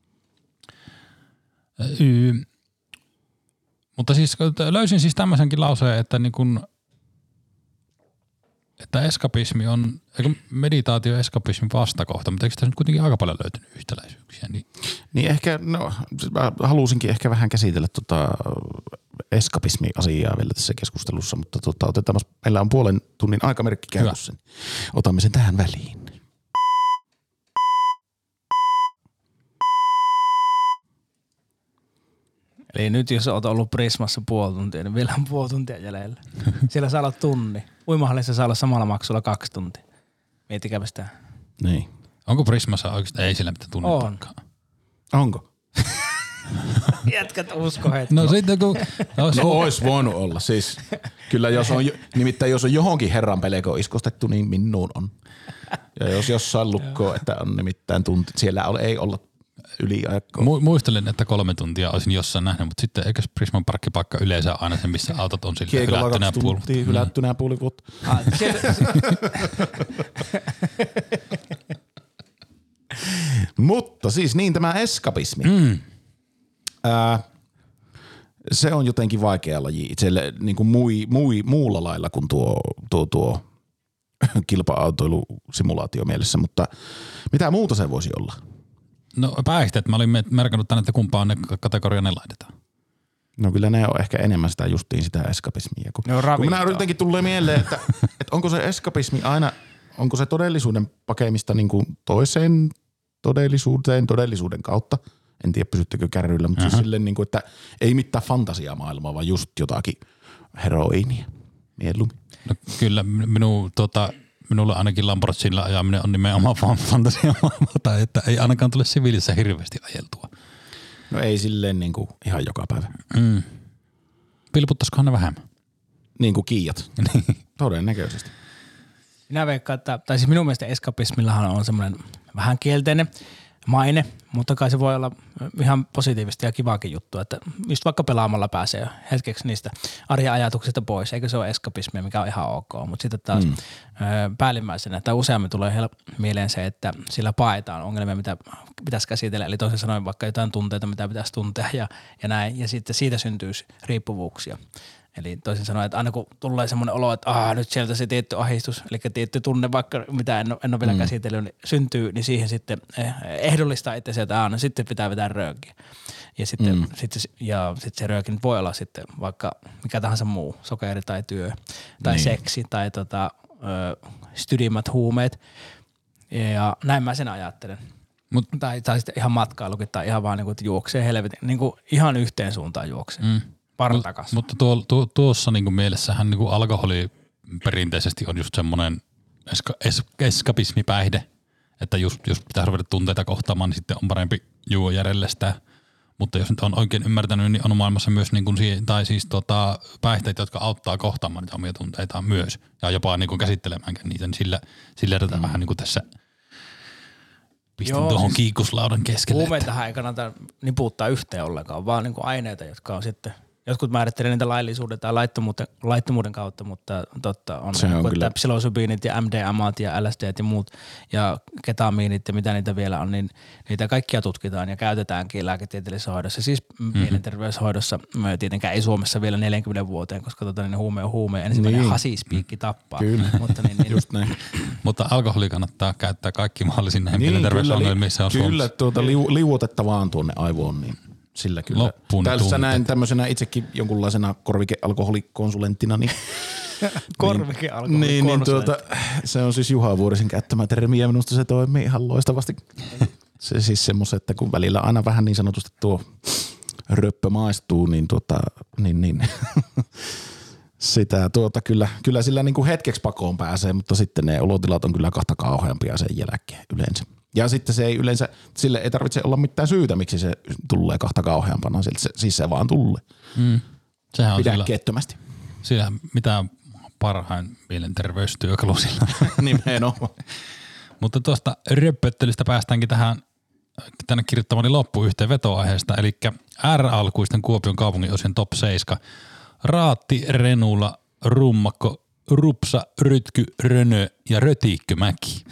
Yy. Mutta siis löysin siis tämmöisenkin lauseen, että niin kuin että eskapismi on, eikö meditaatio eskapismin vastakohta, mutta eikö tässä nyt kuitenkin aika paljon löytynyt yhtäläisyyksiä? Niin, niin ehkä, no mä halusinkin ehkä vähän käsitellä tota eskapismi-asiaa vielä tässä keskustelussa, mutta tota, otetaan, meillä on puolen tunnin aikamerkki käytössä. Otamme sen tähän väliin. Eli nyt jos olet ollut Prismassa puoli tuntia, niin vielä on puoli tuntia jäljellä. Siellä saa olla tunni. Uimahallissa saa olla samalla maksulla kaksi tuntia. Miettikääpä sitä. Niin. Onko Prismassa oikeasti? Ei sillä mitään tunnin on. pakkaa. Onko? Jätkät usko hetki. No sitten kun... Ois, no ois voinut olla. Siis kyllä jos on, nimittäin jos on johonkin herran peleko iskostettu, niin minuun on. Ja jos jossain lukkoo, että on nimittäin tunti, siellä ei olla yliaikaa. Mu- muistelen, että kolme tuntia olisin jossain nähnyt, mutta sitten eikö Prisman parkkipaikka yleensä aina se, missä autot on sille hylättynä puoli. Hylättynä puoli vuotta. Mutta siis niin tämä eskapismi. Mm. Ää, se on jotenkin vaikea laji itselle niin kuin mui, mui, muulla lailla kuin tuo, tuo, tuo kilpa-autoilusimulaatio mielessä, mutta mitä muuta se voisi olla? No päihteet. Mä olin merkannut tänne, että kumpaan ne kategoriaan ne laitetaan. No kyllä ne on ehkä enemmän sitä justiin sitä eskapismia. Kun, ne on kun minä jotenkin tulee mieleen, että, että onko se eskapismi aina, onko se todellisuuden pakemista niin kuin toiseen todellisuuteen todellisuuden kautta. En tiedä pysyttekö kärryillä, mutta uh-huh. siis silleen niin kuin, että ei mitään fantasiamaailmaa, vaan just jotakin heroiinia mieluummin. No kyllä minun tota... Minulla ainakin Lamborghinilla ajaminen on nimenomaan fantasiamaailmaa, tai että ei ainakaan tule siviilissä hirveästi ajeltua. No ei silleen niin kuin ihan joka päivä. Mm. Pilputtaisikohan ne vähemmän? Niin kuin Kiiat. Todennäköisesti. Minä veikkaan, että, tai siis minun mielestä eskapismillahan on semmoinen vähän kielteinen maine, mutta kai se voi olla ihan positiivista ja kivaakin juttu, että just vaikka pelaamalla pääsee hetkeksi niistä arjen ajatuksista pois, eikö se ole eskapismia, mikä on ihan ok, mutta sitten taas mm. päällimmäisenä tai useammin tulee mieleen se, että sillä paetaan ongelmia, mitä pitäisi käsitellä, eli toisin sanoen vaikka jotain tunteita, mitä pitäisi tuntea ja, ja näin, ja sitten siitä syntyisi riippuvuuksia. Eli toisin sanoen, että aina kun tulee semmoinen olo, että Aa, nyt sieltä se tietty ahdistus, eli tietty tunne, vaikka mitä en ole, en ole vielä mm. käsitellyt, niin syntyy, niin siihen sitten ehdollistaa itse sieltä, no sitten pitää vetää röökiä. Ja sitten, mm. sitten, ja sitten se rööki nyt voi olla sitten vaikka mikä tahansa muu, sokeri tai työ, tai niin. seksi, tai tota, ö, stydimmät huumeet. Ja näin mä sen ajattelen. Mut, tai, tai sitten ihan matkailukin, tai ihan vaan niin kuin, että juoksee helvetin, niin kuin ihan yhteen suuntaan juoksee. Mm. Mut, mutta tuo, tuo, tuossa niinku mielessähän niinku alkoholi perinteisesti on just semmoinen eska, es, eskapismipäihde, että just, jos pitää ruveta tunteita kohtaamaan, niin sitten on parempi juo järjellestää. Mutta jos nyt on oikein ymmärtänyt, niin on maailmassa myös niinku, tai siis tota, päihteitä, jotka auttaa kohtaamaan niitä omia tunteitaan myös ja jopa niinku käsittelemään niitä, niin sillä, sillä tätä mm. vähän niinku tässä pistin Joo, tuohon siis kiikuslaudan keskelle. Huumeitahan ei kannata niputtaa yhteen ollenkaan, vaan niin kuin aineita, jotka on sitten, jotkut määrittelee niitä laillisuuden tai laittomuuden, laittomuuden kautta, mutta totta on, Se niin on kuin, kyllä. että psilosybiinit ja M D M A:t ja L S D:t ja muut ja ketamiinit ja mitä niitä vielä on, niin niitä kaikkia tutkitaan ja käytetäänkin lääketieteellisessä hoidossa, siis mm-hmm. mielenterveyshoidossa. Me tietenkään ei Suomessa vielä neljäkymmentä vuoteen, koska tota, niin huume on huume. Ensimmäinen Niin. hasispiikki tappaa. Kyllä. Mutta niin, niin, Just näin. Mutta alkoholi kannattaa käyttää kaikki mahdollisiin näihin Niin, mielenterveysongelmiin, se on kyllä, Suomessa. tuota, liu, liuotetta vaan tuonne aivoon, niin sillä kyllä. Loppuun Tässä tunteet. näin tämmöisenä itsekin jonkunlaisena korvikealkoholikonsulenttina, niin korvike alkoholi niin, niin tuota, se on siis Juha Vuorisen käyttämä termi ja minusta se toimii ihan loistavasti. Se siis semmoisen, että kun välillä aina vähän niin sanotusti tuo röppö maistuu, niin tuota, niin, niin. sitä tuota kyllä, kyllä sillä niin kuin hetkeksi pakoon pääsee, mutta sitten ne olotilat on kyllä kahta kauheampia sen jälkeen yleensä. Ja sitten se ei yleensä, sille ei tarvitse olla mitään syytä, miksi se tulee kahta kauheampana, se, siis se vaan tulee. Mm. Sehän on sillä, Pidäkkeettömästi. sillä mitä parhain mielenterveystyökalu sillä. Nimenomaan. Mutta tuosta röppöttelystä päästäänkin tähän tänne kirjoittamani loppuyhteen vetoaiheesta, eli R-alkuisten Kuopion kaupungin osien top seitsemän. Raatti, Renula, Rummakko, Rupsa, Rytky, Rönö ja Rötikkömäki.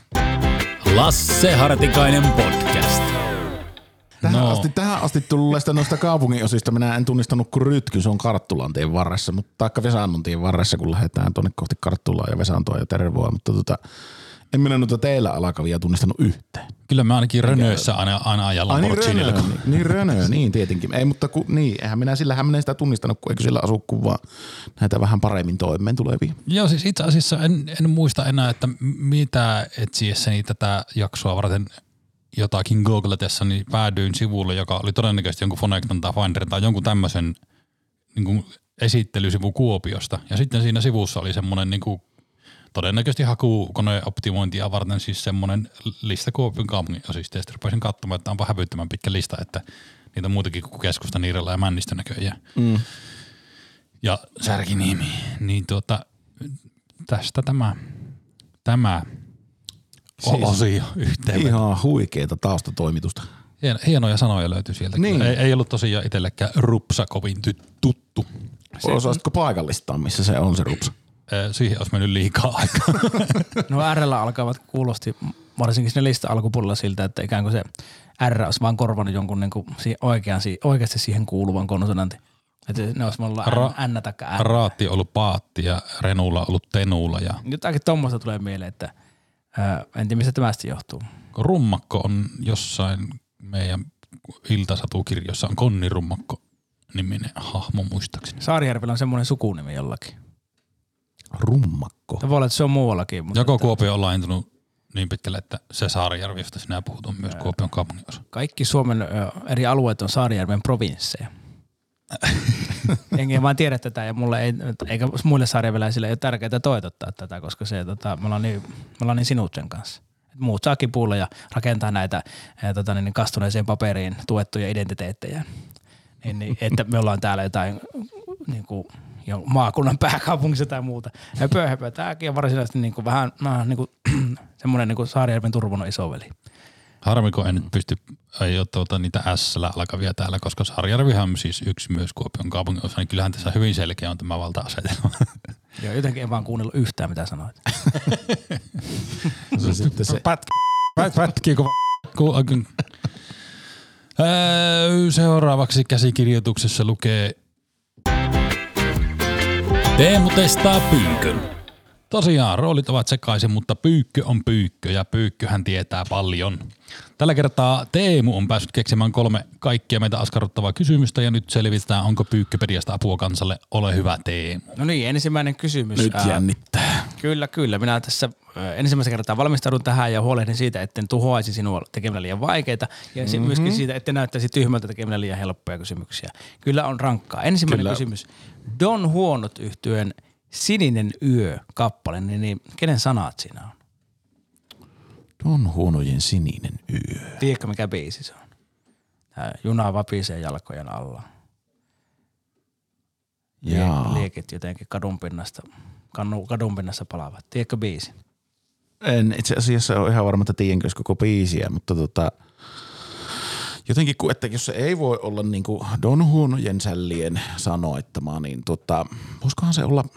Lasse Hartikainen podcast. Tähän, No. asti, tähän asti tulleista noista kaupungin osista minä en tunnistanut kuin Rytky, se on Karttulantien varressa, mutta taikka Vesanontien varressa, kun lähdetään tuonne kohti Karttulaa ja Vesantoa ja Tervoa, mutta tota, en minä noita teillä alakavia tunnistanut yhteen. Kyllä me ainakin Rönöissä aina, aina ajan Ai niin Lamborghinilla. Rönö, niin, niin Rönö, niin tietenkin. Ei, mutta ku, niin, eihän minä sillähän minä sitä tunnistanut, kun eikö sillä asu kuin vaan näitä vähän paremmin toimeen tulevia. Joo, siis itse asiassa en, en muista enää, että mitä etsiessäni tätä jaksoa varten jotakin googletessa, niin päädyin sivulle, joka oli todennäköisesti jonkun Fonecton tai Finderin tai jonkun tämmöisen niin kuin esittelysivu Kuopiosta. Ja sitten siinä sivussa oli semmoinen niin kuin todennäköisesti hakukoneoptimointia varten siis semmoinen lista Kuopion kaupungin osista. Ja sitten rupesin katsomaan, että onpa hävyttömän pitkä lista, että niitä on muutakin kuin Keskusta, Niirala ja Männistö näköjään. Mm. Ja Särkiniemi. Niin tuota, tästä tämä, tämä Siis osio yhteenveto. Ihan huikeeta taustatoimitusta. Hien- Hienoja sanoja löytyi sieltä. Niin. Ei, ei ollut tosiaan itsellekään Rupsa kovin ty- tuttu. Osaisitko paikallistaa, missä se on se Rupsa? Ee, Siihen olisi mennyt liikaa aikaa. No R:llä alkavat kuulosti varsinkin siinä lista alkupuolella siltä, että ikään kuin se R olisi vaan korvannut jonkun niin kuin oikean, oikeasti siihen kuuluvan konsonantin. Että ne olisi mulla Ra- N taikka R. Raatti on ollut Paatti ja Renulla on ollut Tenulla. Ja Jotakin tuommoista tulee mieleen, että ää, en tiedä mistä tämä sitten johtuu. Rummakko on jossain meidän iltasatukirjossa on Konni Rummakko niminen hahmo muistaakseni. Saarijärvellä on semmoinen sukunimi jollakin. Rummakko. Voi olla, että se on muuallakin. Mutta Joko että Kuopio on laajentunut niin pitkälle, että se Saarijärvi, josta sinä puhut, on myös Kuopion kaupungin osa. kaikki Suomen ö, eri alueet on Saarijärven provinsseja. Enkä vaan tiedä tätä ja mulle ei, eikä muille saarijärveläisille ei ole tärkeää toitottaa tätä, koska se, tota, me ollaan niin, me ollaan niin sinut sen kanssa. Et muut saa kipuilla ja rakentaa näitä ää, tota, niin kastuneeseen paperiin tuettuja identiteettejä. Niin, niin, että me ollaan täällä jotain niin kuin, jo maakunnan pääkaupungissa tai muuta. Ja pöyhöpö, tämäkin on varsinaisesti niin kuin, vähän nah, niin kuin, semmoinen niin kuin Saarijärven Turvonon isoveli. Harmiko en nyt pysty, ei ole tuota, niitä S-llä alkavia täällä, koska Saarijärvihän on siis yksi myös Kuopion kaupungin osa, niin kyllähän tässä hyvin selkeä on tämä valta-asetelma. Joo, jotenkin en vaan kuunnellut yhtään, mitä sanoit. Se sitten se. Pätki, pät, pätkii kova. Ku, öö, seuraavaksi käsikirjoituksessa lukee Teemu testaa Pyykön. tosiaan roolit ovat sekaisin, mutta Pyykkö on Pyykkö ja Pyykköhän tietää paljon. Tällä kertaa Teemu on päässyt keksimään kolme kaikkia meitä askarruttavaa kysymystä ja nyt selvitetään, onko Pyykkö-pediasta apua kansalle. Ole hyvä Teemu. No niin, ensimmäinen kysymys. Nyt Ää, jännittää. Kyllä, kyllä. Minä tässä ää, ensimmäistä kertaa valmistaudun tähän ja huolehdin siitä, etten tuhoaisi sinua tekemällä liian vaikeita ja mm-hmm. myöskin siitä, etten näyttäisi tyhmältä tekemällä liian helppoja kysymyksiä. Kyllä on rankkaa. Ensimmäinen Kyllä. kysymys. Don Huonot -yhtyeen Sininen yö-kappale, niin, niin kenen sanat siinä on? Don Huonojen sininen yö. Tiedätkö, mikä biisi se on? Tää juna vapisee jalkojen alla. Jaa. Liekit jotenkin kadunpinnasta, kadunpinnassa palaavat. Tiedätkö biisin? En itse asiassa ole ihan varma, että tiedänkö koko biisiä, mutta tota, jotenkin, kun, että jos se ei voi olla niin kuin Don Huonojen sällien sanoittama, niin tota, voisikohan se olla,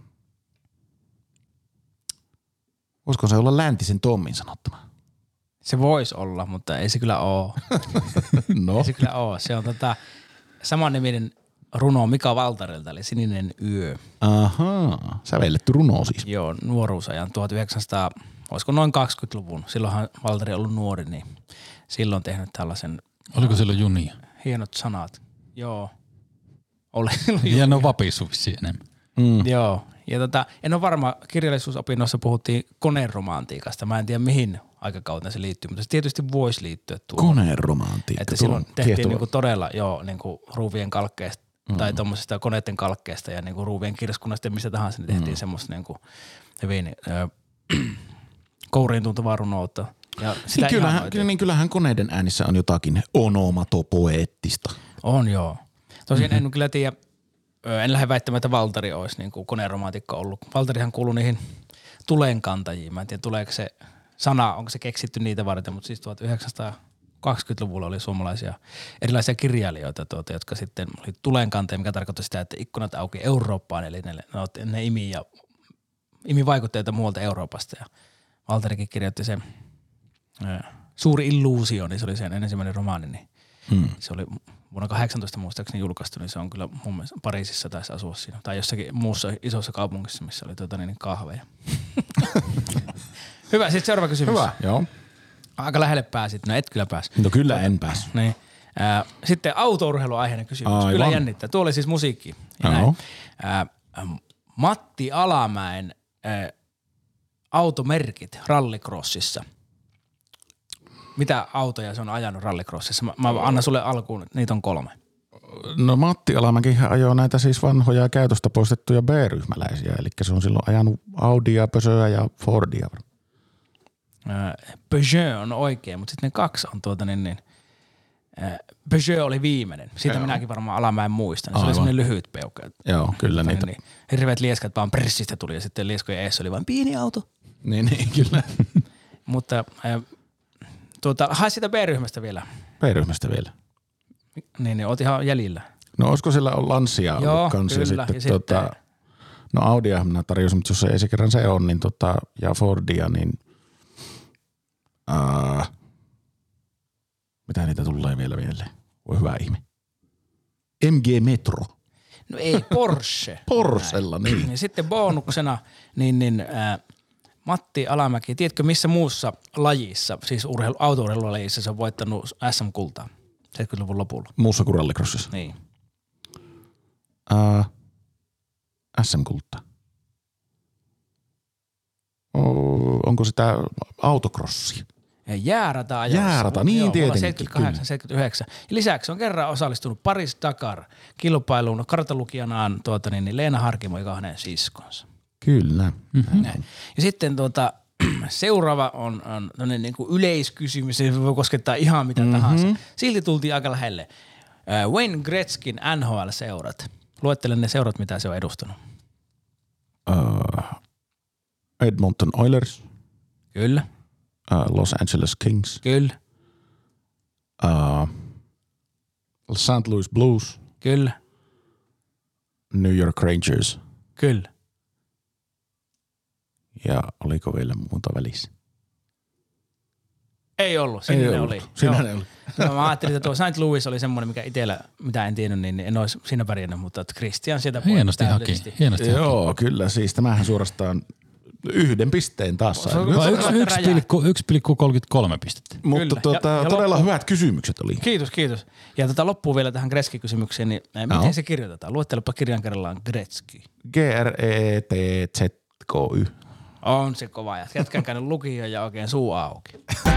voisiko se olla Läntisen Tommin sanottama? Se voisi olla, mutta ei se kyllä oo. No. Ei se kyllä oo. Se on tota samanniminen runo Mika Valtarilta, eli Sininen yö. Ahaa, sävelletty runo siis. Joo, nuoruusajan tuhatyhdeksänsataa, olisiko noin kaksikymmentäluvun. Silloinhan Valtari on ollut nuori, niin silloin tehnyt tällaisen. Oliko silloin junia? Hienot sanat. Joo. Oli silloin Ja ne on vapissu vissiin enemmän. Mm. Joo. Ja tota, en ole varma, kirjallisuusopinnoissa puhuttiin koneromantiikasta. Mä en tiedä mihin aikakauteen se liittyy, mutta se tietysti voisi liittyä tuohon. Koneromantiikka. Että silloin tehtiin niinku todella joo, niinku ruuvien kalkkeesta mm. tai tuommoisesta koneiden kalkkeesta ja niinku ruuvien kirskunnasta ja mistä tahansa, niin tehtiin mm. semmoista niinku hyvin ö, kouriin tuntuvaa runoutta. Ja sitä niin, kyllähän, kyllä, niin kyllähän koneiden äänissä on jotakin onomatopoeettista. On joo. Tosiaan mm-hmm. en kyllä tiedä, en lähde väittämään, että Valtari olisi niin kuin koneromantikko ollut. Valtarihan kuului niihin tulenkantajiin. Mä en tiedä, tuleeko se sana, onko se keksitty niitä varten, mutta siis tuhatyhdeksänsataakaksikymmentäluvulla oli suomalaisia erilaisia kirjailijoita, tuota, jotka sitten oli tulenkantajia, mikä tarkoitti sitä, että ikkunat auki Eurooppaan, eli ne, ne, ne imi, ja, imi vaikutteita muualta Euroopasta. Ja Valtarikin kirjoitti sen Suuri illuusio, niin se oli sen ensimmäinen romaani, niin hmm. se oli vuonna kahdeksantoista muistaakseni julkaistu, niin se on kyllä mun mielestä Pariisissa taisi asua siinä. Tai jossakin muussa isossa kaupungissa, missä oli tuota niin kahveja. Hyvä, sitten seuraava kysymys. Hyvä, joo. Aika lähelle pääsit, no et kyllä pääs. No kyllä en pääs. Niin. Äh, sitten autourheiluaiheinen kysymys. Aivan. Kyllä jännittää. Tuo oli siis musiikki. Ja näin. Äh, Matti Alamäen äh, automerkit rallycrossissa. Mitä autoja se on ajanut rallycrossissa? Mä, mä annan sulle alkuun, että niitä on kolme. No Matti Alamäkihän ajoi näitä siis vanhoja käytöstä poistettuja B-ryhmäläisiä, eli se on silloin ajanut Audia, Peugeotia ja Fordia. Äh, Peugeot on oikein, mutta sitten ne kaksi on tuota niin, niin äh, Peugeot oli viimeinen. Siitä Joo. minäkin varmaan Alamäen muistan. Se Aivan. oli semmoinen lyhyt peukka. Joo, kyllä niitä. Niin, hirveät lieskat vaan pressistä tuli ja sitten lieskojen eessä oli vain pieni auto. Niin, niin kyllä. Mutta äh, tuota, hae sitä B-ryhmästä vielä. B-ryhmästä vielä. Niin, niin oot ihan jäljillä. No olisiko sillä on Lancia ollut Joo, kanssa kyllä. ja sitten, ja tota, sitten no Audia minä tarjosin, mutta jos ei se kerran se on, niin tota, ja Fordia, niin uh, mitä niitä tulee vielä mieleen? Voi hyvä ihme. M G Metro. No ei, Porsche. Porschella, niin. Ja sitten bonuksena, niin, niin äh, Matti Alamäki, tiedätkö missä muussa lajissa, siis urheilu, autourheilulajissa se on voittanut S M-kultaa seitsemänkymmentäluvun lopulla? Muussa kuin rallycrossissa? Niin. Uh, S M-kulta. Oh, onko sitä autocrossia? Ja jäärata ajoissa. Jäärata, niin Joo, tietenkin. seitsemänkymmentäkahdeksan seitsemänkymmentäyhdeksän. Ja lisäksi on kerran osallistunut Paris-Dakar kilpailuun kartalukijanaan tuota, niin, niin Leena Harkimo ja hänen siskonsa. Kyllä. Mm-hmm. Ja sitten tuota, seuraava on, on niin kuin yleiskysymys, se voi koskettaa ihan mitä mm-hmm. tahansa. Silti tultiin aika lähelle. Uh, Wayne Gretzkin N H L-seurat. Luettelen ne seurat, mitä se on edustanut. Uh, Edmonton Oilers. Kyllä. Uh, Los Angeles Kings. Kyllä. Uh, Saint Louis Blues. Kyllä. New York Rangers. Kyllä. Ja oliko vielä muuta välissä? Ei ollut, siinä Ei ne ollut. oli. Siinä Joo. ne oli. No, mä ajattelin, että tuo Saint Louis oli semmoinen, mikä itsellä, mitä en tiennyt, niin en olisi siinä pärjännyt, mutta Christian sieltä Hienosti haki. täydellisesti. Hienosti haki. Joo, kyllä. Siis tämähän suorastaan yhden pisteen taas sai. yksi pilkku kolmekymmentäkolme pistettä. Mutta Kyllä. tuota, Ja- ja todella loppu- hyvät kysymykset oli. Kiitos, kiitos. Ja tota loppuu vielä tähän Gretzky-kysymykseen, niin äh, miten Joo. se kirjoitetaan? Luettelepa kirjan kerrallaan Gretzky. G R E T Z K Y. On se kova ja jätkän käynyt lukio ja oikein suu auki.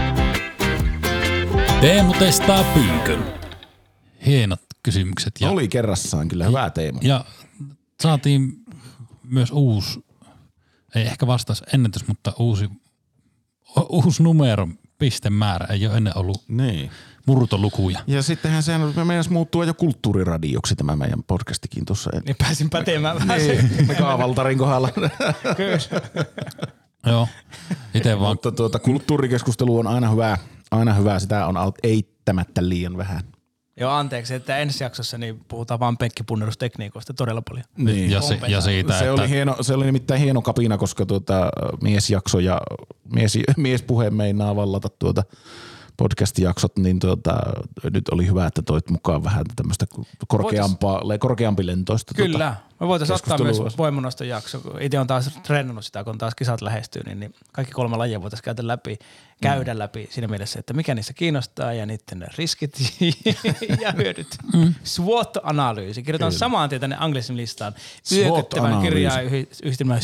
Teemu testaa pyykön. Hienot kysymykset. Ja, Oli kerrassaan kyllä hyvä teema. ja saatiin myös uusi, ei ehkä vastaus ennätys, mutta uusi, uusi numero, pistemäärä. Ei ole ennen ollut Niin. murtolukuja. Ja sittenhän sehän me meinas muuttua jo kulttuuriradioksi tämä meidän podcastikin tuossa. Niin pääsin pätemään vähän Niin, me Kaavaltarin kohdalla. Kyllä. Joo, itse vaan. Mutta tuota, kulttuurikeskustelu on aina hyvä, aina hyvä. Sitä on eittämättä liian vähän. Joo, anteeksi, että ensi jaksossa niin puhutaan vaan penkkipunnerustekniikoista todella paljon. Niin. Ja, se, ja siitä, Se, että oli hieno, se oli nimittäin hieno kapina, koska tuota, miesjakso ja mies, miespuhe meinaa vallata tuota podcast-jaksot, niin tuota, nyt oli hyvä, että toit mukaan vähän tämmöistä korkeampaa, korkeampi lentoista. Kyllä, tuota, me voitaisiin ottaa keskustelua. myös voimanoston jakso. Itse on taas treenannut sitä, kun taas kisat lähestyy, niin, niin kaikki kolme lajia voitaisiin käydä läpi, käydä mm. läpi siinä mielessä, että mikä niissä kiinnostaa ja niiden riskit ja hyödyt. Mm. SWOT-analyysi. Kirjoitan Kyllä. samaan tien tänne anglismin listaan. Yököttävän kirjaa yhdistelmään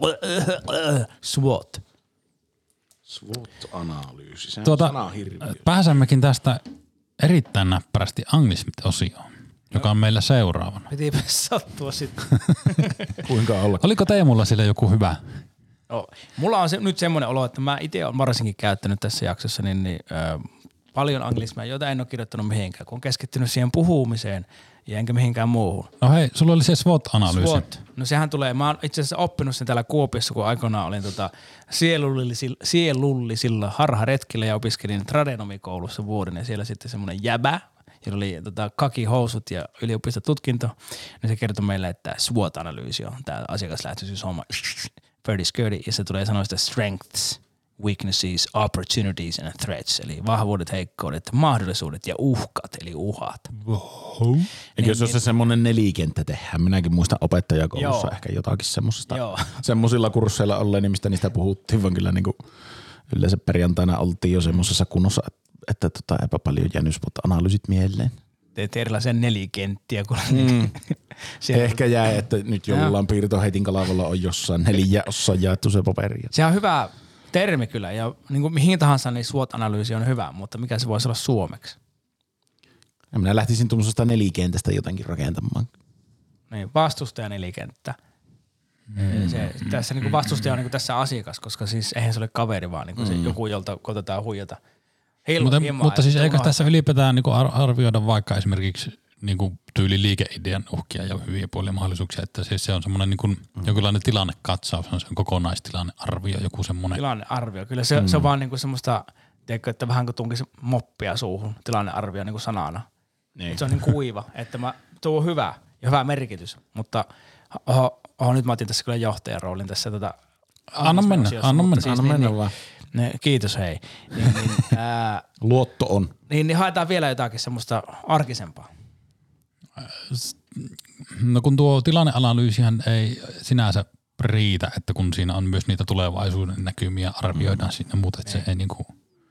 SWOT. SWOT-analyysi. Sehän tuota, on sanahirviö. pääsemmekin tästä erittäin näppärästi anglismit-osioon, joka on meillä seuraavana. Pitipä sattua sitten. Kuinka olla? Oliko Teemulla sille joku hyvä? No, mulla on se, nyt semmoinen olo, että mä itse olen varsinkin käyttänyt tässä jaksossa niin, niin, ö, paljon anglismia, joita en ole kirjoittanut mihinkään, kun on keskittynyt siihen puhumiseen ja enkä mihinkkaan muuhun. No hei, sulla oli se SWOT-analyysi. SWOT. No sehän tulee, mä oon itse asiassa oppinut sen täällä Kuopiossa, kun aikoinaan olin tota sielullisilla, sielullisilla harharetkillä ja opiskelin tradenomikoulussa vuoden ja siellä sitten semmoinen jäbä, jolla oli tota, kakihousut ja yliopistotutkinto, niin se kertoi meille, että SWOT-analyysi on tämä asiakaslähtöisyyshomma. Pretty skirty, ja se tulee sanoista strengths, weaknesses, opportunities and threats, eli vahvuudet, heikkoudet, mahdollisuudet ja uhkat, eli uhat. Wow. Eikö se ole se semmoinen nelikenttä tehdään? Minäkin muistan opettajakoulussa Joo. ehkä jotakin semmoisesta. Joo. Semmoisilla kursseilla olleen, niin mistä niistä puhuttiin, vaan kyllä niin kuin yleensä perjantaina oltiin jo semmoisessa kunnossa, että tota, eipä paljon jäänyt SWOT-analyysit mieleen. Teette erilaisia nelikenttiä, kun Mm. siellä- Ehkä jää, että nyt jollain piirtoheitin kalavalla on jossain neljä osaan jaettu se paperi. Se on hyvä termi kyllä, ja niin kuin mihin tahansa niin SWOT-analyysi on hyvä, mutta mikä se voisi olla suomeksi? Ja minä lähtisin tuommoisesta nelikentästä jotenkin rakentamaan. Niin, vastustaja nelikenttä. Mm. Se, tässä niin kuin vastustaja on niin kuin tässä asiakas, koska siis eihän se ole kaveri, vaan niin kuin se joku, jolta koitetaan huijata. Hilma, Mutta, hiemaa, mutta siis että eikö unohtaa. tässä ylipäätään niin arvioida vaikka esimerkiksi niin kuin tyyli liikeidean uhkia ja hyviä puolia mahdollisuuksia, että siis se on semmoinen niin kuin jonkinlainen tilannekatsaus, on se tilannetilannearvio, joku semmoinen. Tilannearvio, kyllä se, mm. se on vaan niin kuin semmoista, tiedätkö, että vähän kuin tunkisi moppia suuhun, tilannearvio niin kuin sanana. Niin. Se on niin kuiva, että mä, tuo on hyvä ja hyvä merkitys, mutta oho, oho, nyt mä otin tässä kyllä johtajan roolin tässä tota Anna mennä, osiossa, anna mutta mennä. siis Anna niin, mennä niin, vaan. Ne, kiitos hei. Niin, niin, ää, Luotto on. niin, niin haetaan vielä jotakin semmoista arkisempaa. No kun tuo tilanneanalyysihän ei sinänsä riitä, että kun siinä on myös niitä tulevaisuuden näkymiä arvioidaan mm. siinä muuta, että se ei niinku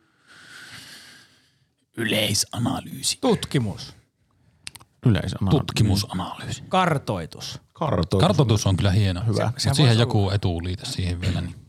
yleisanalyysi. Tutkimus, Yleisanalyysi. Tutkimusanalyysi. kartoitus. Kartoitus. Kartoitus on kyllä hieno, Hyvä. mutta sehän siihen voisi joku etuliite siihen vielä. Niin.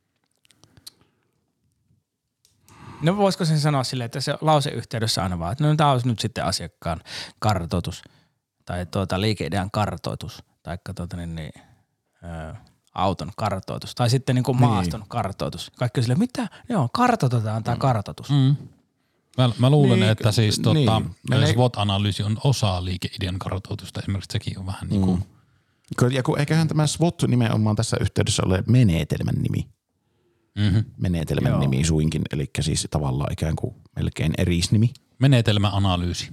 No voisiko sen sanoa silleen, että se lauseyhteydessä aina vaan, että no tämä olisi nyt sitten asiakkaan kartoitus tai tuota liikeidean kartoitus tai tuota niin, niin ö, auton kartoitus tai sitten niin kuin maaston niin. kartoitus. Kaikki on silleen, mitä? Joo, kartoitetaan tämä kartoitus. Mm. Mä, mä luulen, Niin, että siis tota, niin. Menee- SWOT-analyysi on osa liikeidean kartoitusta. Esimerkiksi sekin on vähän niin kuin, Mm. Ja kun eiköhän tämä SWOT nimenomaan tässä yhteydessä ole menetelmän nimi. mm-hmm. Menetelmän Joo. nimi suinkin, eli siis tavallaan ikään kuin melkein erisnimi. menetelmäanalyysi.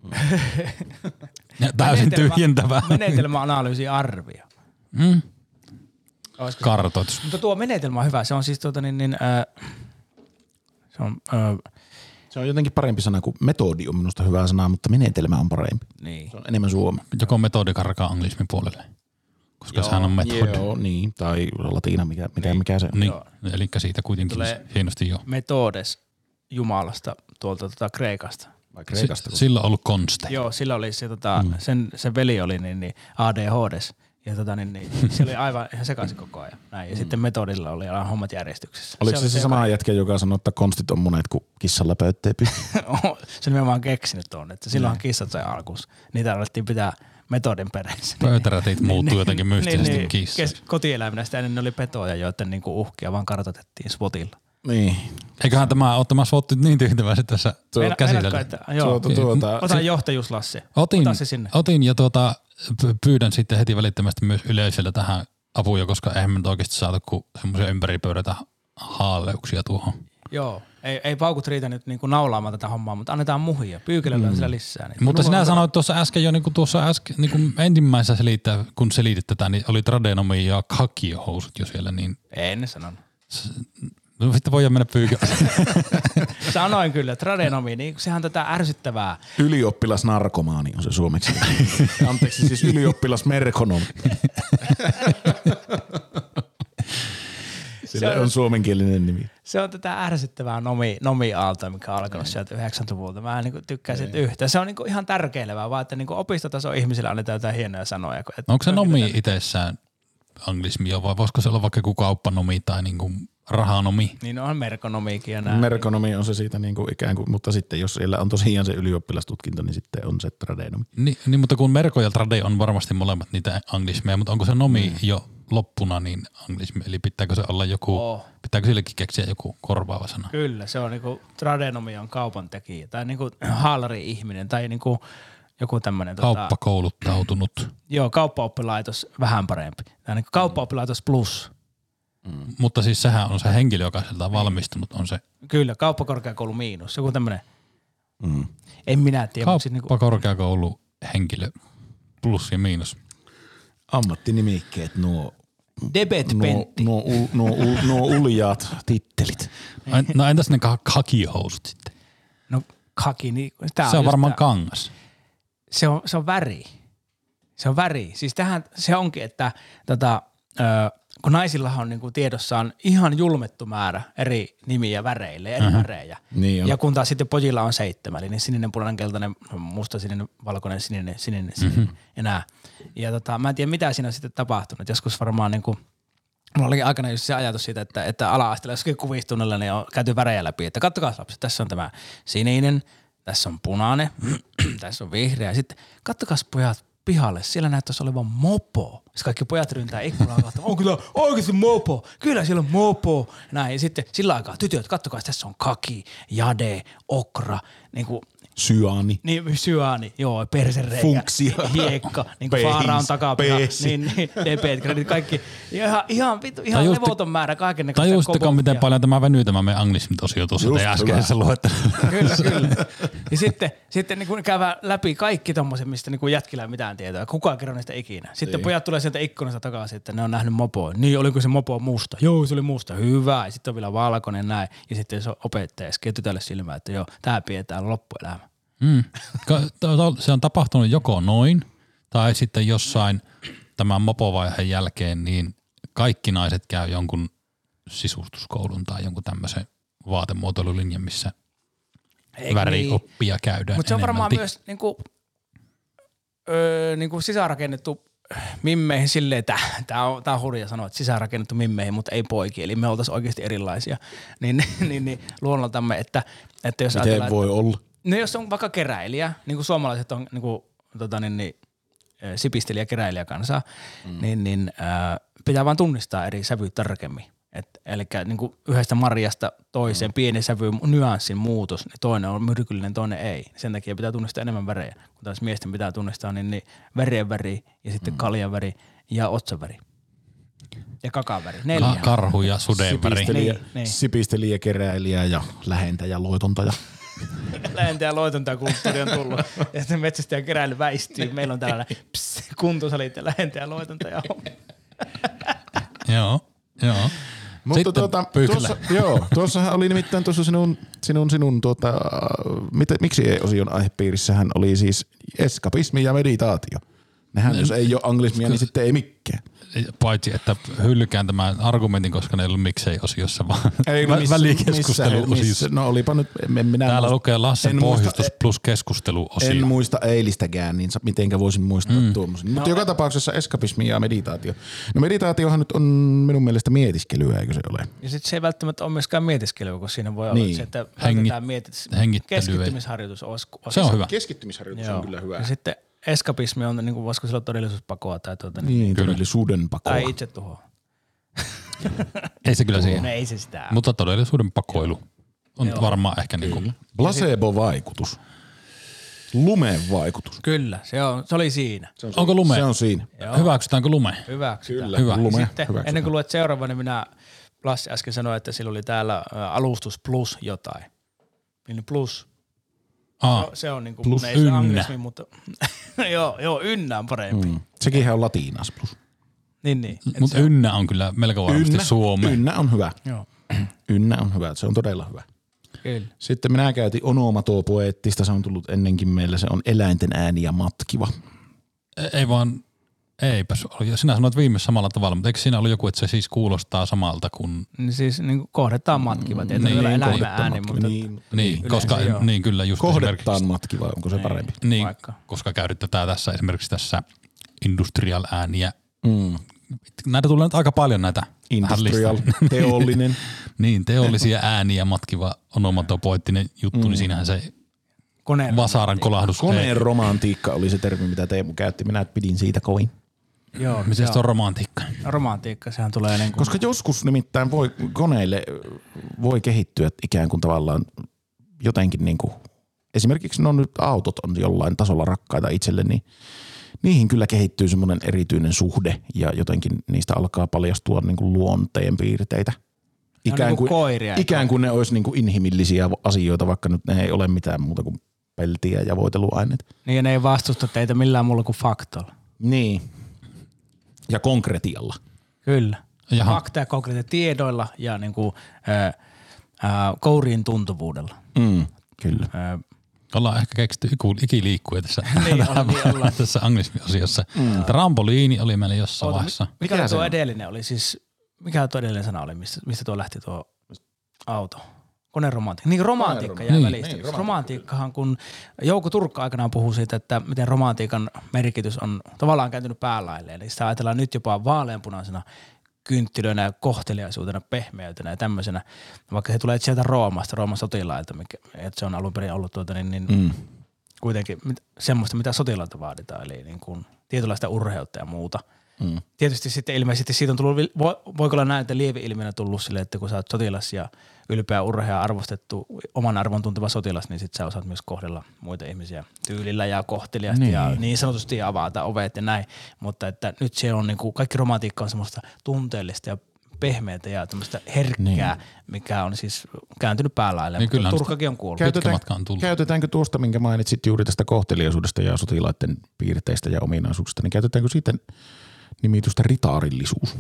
Ja täysin Menetelmä- tyhjentävä. Menetelmäanalyysi arvio. Mm. Olisiko- Kartoitus. Mutta tuo menetelmä on hyvä. Se on siis tuota niin, niin äh, se on, äh, Se on jotenkin parempi sana kuin metodi on minusta hyvä sana, mutta menetelmä on parempi. niin. Se on enemmän suomi. Joko metodi karkaa anglismin puolelle, koska sehän on metodi. Joo, niin. Tai latiina, mikä, mikä, Niin. mikä se on. Niin, Joo. eli siitä kuitenkin Tulee- hienosti jo. Metodes Jumalasta tuolta tuota Kreikasta. Vai Si- Kreikasta. sillä on ollut konste. Joo, sillä oli se, tota, mm. sen, sen veli oli niin, niin A D H D. Ja tota, niin, niin, se oli aivan ihan sekaisin koko ajan. Näin. Ja mm. sitten metodilla oli aina hommat järjestyksessä. Oliko se se, se sama jätkä, joka sanoi, että konstit on monet, kun kissalla pöyttää pystyy? se nimenomaan keksinyt tuonne, että silloinhan kissat sai alkuus. Niitä alettiin pitää metodin perässä. Pöytärätit muuttuu jotenkin mystisesti niin, kissaksi. kes- kotieläiminä sitä ennen ne oli petoja, joiden niinku uhkia vaan kartoitettiin SWOTilla. Niin. Eiköhän tämä ole tämä SWOT niin tyhjentävästi tässä Meina- käsitelty. meinaatko, että, joo, Tuota, tuota, ota johtajuus Lassi. Otin, Ota se sinne. otin ja tuota, p- pyydän sitten heti välittömästi myös yleisöllä tähän apuja, koska eihän me nyt oikeasti saatu kuin semmoisia ympäripyöreitä haalleuksia tuohon. Joo, ei, ei paukut riitä nyt niinku naulaamaan tätä hommaa, mutta annetaan muhia, pyykelöllä mm. sillä lisää. Niin. Mutta sinä sanoit tuossa äsken jo, niin kuin tuossa äsken, niin kuin ensimmäisessä selittää, kun selitit tätä, niin oli tradenomi ja kakiohousut jo siellä, niin En ne sanonut. no sitten voidaan mennä pyykälään. Sanoin kyllä, tradenomi, niin sehän on tätä ärsyttävää. Ylioppilasnarkomaani on se suomeksi. Anteeksi, siis ylioppilasmerkonomi. Sillä on, on suomenkielinen nimi. Se on tätä ärsyttävää nomi, nomi-aaltoa, mikä on alkanut sieltä yhdeksänkymmentäluvulta. Mä en niin tykkää siitä yhtä. Se on niin ihan tärkeilevää, vaan että niin opistotason ihmisille annetaan jotain hienoja sanoja. Että onko se nomi itsessään anglismia vai voisiko se olla vaikka joku kauppanomi tai niin kuin rahanomi? Niin on merkonomiikin ja näin. Merkonomi on se siitä niin kuin ikään kuin, mutta sitten jos siellä on tosiaan se ylioppilastutkinto, niin sitten on se tradenomi. Ni, niin, mutta kun merko ja trade on varmasti molemmat niitä anglismeja, mutta onko se nomi mm. jo loppuna niin anglismi, eli pitääkö se olla joku, oh. pitääkö sillekin keksiä joku korvaava sana? Kyllä, se on niinku, tradenomi on kaupan tekijä tai niinku haalari-ihminen tai niinku joku tämmöinen. Kauppakouluttautunut. Tota, joo, kauppaoppilaitos vähän parempi. Tai niinku kauppaoppilaitos plus. Mm. Mutta siis sehän on se henkilö, joka sieltä on valmistunut, on se. Kyllä, kauppakorkeakoulu miinus, joku tämmöinen. Mm. En minä tiedä. Kauppakorkeakoulu niinku henkilö plus ja miinus. Ammattinimikkeet, nuo Debet-pentti. Nuo, nuo, nuo, nuo, nuo uljaat tittelit. No entäs ne kakihousut sitten? No kaki, niin tää se on, on varmaan tää. kangas. Se on, se on väri. Se on väri. Siis tähän se onkin, että tota, ö, kun naisillahan on niinku tiedossaan ihan julmettu määrä eri nimiä väreille ja eri uh-huh. värejä. Niin ja kun taas sitten pojilla on seitsemän, eli niin sininen, punainen, keltainen, musta, sininen, valkoinen, sininen, sininen, sininen mm-hmm. ja nää. Ja tota, mä en tiedä mitä siinä on sitten tapahtunut. Joskus varmaan niinku, mulla olikin aikana just se ajatus siitä, että, että ala-asteella jossakin kuvistunnilla niin on käyty värejä läpi, että kattokaa lapset, tässä on tämä sininen, tässä on punainen, tässä on vihreä. Sitten kattokaa pojat pihalle, siellä näyttäisi olevan mopo. Sitten kaikki pojat ryntää ikkunaa kahtaan, onko tämä oikeasti mopo? Kyllä siellä on mopo. Näin, ja sitten sillä aikaa tytöt, kattokaa, tässä on kaki, jade, okra, niin kuin Syaani. Niin, syaani, joo, persereikä, Funksio. hiekka, niin kuin Faaraan takapiha, niin, niin debet, kredit, kaikki. Ihan, ihan, vittu, ihan Tajusti, levoton määrä kaikennäköistä. Tajustitteko, miten paljon tämä venyy tämä meidän anglismit-osio tuossa teidän äskeisessä luettelussa? Kyllä, kyllä. Ja sitten, sitten niin kuin käydään läpi kaikki tommoset, mistä niin kuin jätkillä ei mitään tietoa. Kukaan kerro niistä ikinä. Sitten ei. Pojat tulee sieltä ikkunasta takaisin, että ne on nähnyt mopoa. Niin, oliko se mopo musta? Joo, se oli musta. Hyvä. Ja sitten on vielä valkoinen näin. Ja sitten se opettaja iskee tytölle silmään, että joo, tää pidetään loppuelämä. Mm. Se on tapahtunut joko noin, tai sitten jossain tämän mopovaiheen jälkeen, niin kaikki naiset käy jonkun sisustuskoulun tai jonkun tämmöisen vaatemuotoilulinjan, missä Eik värioppia niin. käydään. Mutta se on varmaan myös niinku, öö, niinku sisäänrakennettu mimmeihin silleen, että tämä on, tää on hurja sanoa, että sisäänrakennettu mimmeihin, mutta ei poikiin. Eli me oltaisiin oikeasti erilaisia. Niin, niin, niin luonnoltamme, että, että jos miten voi että, olla? No jos on vaikka keräilijä, niin kuin suomalaiset on niin kuin, tota niin, niin, sipistelijä keräilijä kansaa, mm. niin, niin äh, pitää vaan tunnistaa eri sävyt tarkemmin. Eli niin kuin yhdestä marjasta toiseen mm. pieni sävy, nyanssin muutos, niin toinen on myrkyllinen, toinen ei. Sen takia pitää tunnistaa enemmän värejä. Kun taas miesten pitää tunnistaa niin, niin värien väri ja sitten mm. kaljan väri ja otsan väri. Ja kakan väri. Neljä. Karhu ja suden väri. Sipistelijä, niin, niin. Sipistelijä, keräilijä ja lähentäjä, loitontaja. Lähentäjä loitontaja kulttuuri on tullut. Ja sitten metsästäjä keräily väistyy. Meillä on tällainen pss, kuntosalit ja lähentäjä loitontaja. Joo, joo. Mutta tuota, tuossa, joo, tuossahan oli nimittäin tuossa sinun, sinun, sinun tuota, mitä, miksi ei osion aihepiirissähän oli siis eskapismi ja meditaatio. Nehän jos ei ole anglismia, niin sitten ei mikään. Paitsi, että hylkään tämän argumentin, koska ne ei ollut miksei osiossa, vaan ei, no missä, välikeskusteluosiossa. No olipa nyt, en minä Täällä muista, lukee Lassen pohjustus muista, plus keskusteluosio. En muista eilistäkään, niin mitenkä voisin muistaa mm. tuommoisen. No, mutta joka tapauksessa eskapismi ja meditaatio. No meditaatiohan nyt on minun mielestä mietiskelyä, eikö se ole? Ja sitten se ei välttämättä ole myöskään mietiskelyä, kun siinä voi niin. olla se, että Hengit, mietit, keskittymisharjoitus. Olisi, se on hyvä. Keskittymisharjoitus Joo. on kyllä hyvä. Ja sitten eskapismi on, niin kuin, voisiko sillä olla todellisuuspakoa tai tuota. Niin, todellisuuden pakoa. Tai itse tuhoa. Ei se kyllä siihen. No ei se sitä. Mutta todellisuuden pakoilu on Joo. varmaan ehkä niin kuin. Placebo-vaikutus. Lumeen vaikutus. Kyllä, se, on, se oli siinä. Se on, Onko lume? Se on siinä. Joo. Hyväksytäänkö lume? Hyväksytään. Kyllä. Hyvä. Lume Sitten hyväksytään. ennen kuin luet seuraava, niin minä Lassi äsken sanoi, että sillä oli täällä ä, alustus plus jotain. Niin plus. Aa, No, se on niinku, Plus ei se ynnä. anglismi, mutta joo, joo, ynnä on parempi. Mm. Mm. Sekinhän on latiinas plus. Niin, niin. Et mutta se on- ynnä on kyllä melko varmasti Ynnä, Suomi. ynnä on hyvä. Joo, Ynnä on hyvä. Se on todella hyvä. kyllä. Sitten minä käytin onomatopoeettista. Se on tullut ennenkin meillä. Se on eläinten ääni ja matkiva. Ei vaan, eipäs. Sinä sanoit viime samalla tavalla, mutta eikö siinä ollut joku, että se siis kuulostaa samalta kuin... Niin siis niin kohdetaan matkivat. Ei Niin, niin, eläimen Kohdettaan ääni, matkiva. mutta Niin, Niin, Yleensä koska, joo. niin kyllä just kohdettaan esimerkiksi... matkiva. Onko se parempi? Niin, vaikka. koska käytetään tässä esimerkiksi tässä industrial ääniä. Mm. Näitä tulee nyt aika paljon näitä. Industrial, tähän listaan. teollinen. Niin, teollisia ääniä matkiva onomatopoeettinen juttu, mm. niin siinähän se koneen vasaran kolahdus. Koneen romantiikka oli se termi, mitä Teemu käytti. Minä pidin siitä kovin. Joo, Miten joo. se on romantiikka? Romantiikka, sehän tulee niin kuin... Koska joskus nimittäin voi, koneille voi kehittyä ikään kuin tavallaan jotenkin niin kuin, esimerkiksi no nyt autot on jollain tasolla rakkaita itselle, niin niihin kyllä kehittyy semmoinen erityinen suhde ja jotenkin niistä alkaa paljastua niin kuin luonteen piirteitä. Ikään niin kuin, kuin koiria. ikään kuin ne olisi niin kuin inhimillisiä asioita, vaikka nyt ne ei ole mitään muuta kuin peltiä ja voiteluaineita. Niin ja ne ei vastusta teitä millään muulla kuin faktoilla. Niin. Ja konkretialla. Kyllä. Jaha. Fakta ja konkreettisia tiedoilla ja niin kuin, ää, ää, kouriin tuntuvuudella. Mm, kyllä. Ää, Ollaan ehkä keksitty iku, ikiliikkuja tässä, Niin, on, niin ollaan. tässä anglismi-osiossa. Mm. Trampoliini oli meillä jossain Oota, vaiheessa. mi- mikä, Mikä mikä se tuo on? edellinen oli siis, mikä tuo edellinen sana oli, mistä, mistä tuo lähti tuo auto? Koneromantiikka. Niin romantiikka jää Niin. välistä. Niin, romantiikka. Romantiikkahan, kun Jouko Turkka aikanaan puhuu siitä, että miten romantiikan merkitys on tavallaan kääntynyt päälailleen. Eli sitä ajatellaan nyt jopa vaaleanpunaisena kynttilöinä ja kohteliaisuutena, pehmeytenä ja tämmöisenä. Vaikka se tulee sieltä Roomasta, Rooman sotilailta, mikä, että se on alun perin ollut tuota, niin, niin Mm. kuitenkin mit, semmoista, mitä sotilailta vaaditaan, eli niin kuin tietynlaista urheutta ja muuta. Mm. Tietysti sitten ilmeisesti siitä on tullut, vo- voiko olla näin, että lieveilmiönä tullut sille, että kun sä oot sotilas ja ylpeä urhea arvostettu, oman arvon tunteva sotilas, niin sit sä osaat myös kohdella muita ihmisiä tyylillä ja kohteliasti niin. ja niin sanotusti avata ovet ja näin. Mutta että nyt se on niinku, kaikki romantiikka on semmoista tunteellista ja pehmeätä ja tämmöistä herkkää, niin. mikä on siis kääntynyt päälailleen. Niin Mutta kyllähän Turkkakin on kuullut. Pitkä Käytetään, matka on tullut. käytetäänkö tuosta, minkä mainitsit juuri tästä kohteliaisuudesta ja sotilaiden piirteistä ja ominaisuuksista, niin käytetäänkö siitä nimitystä ritaarillisuus?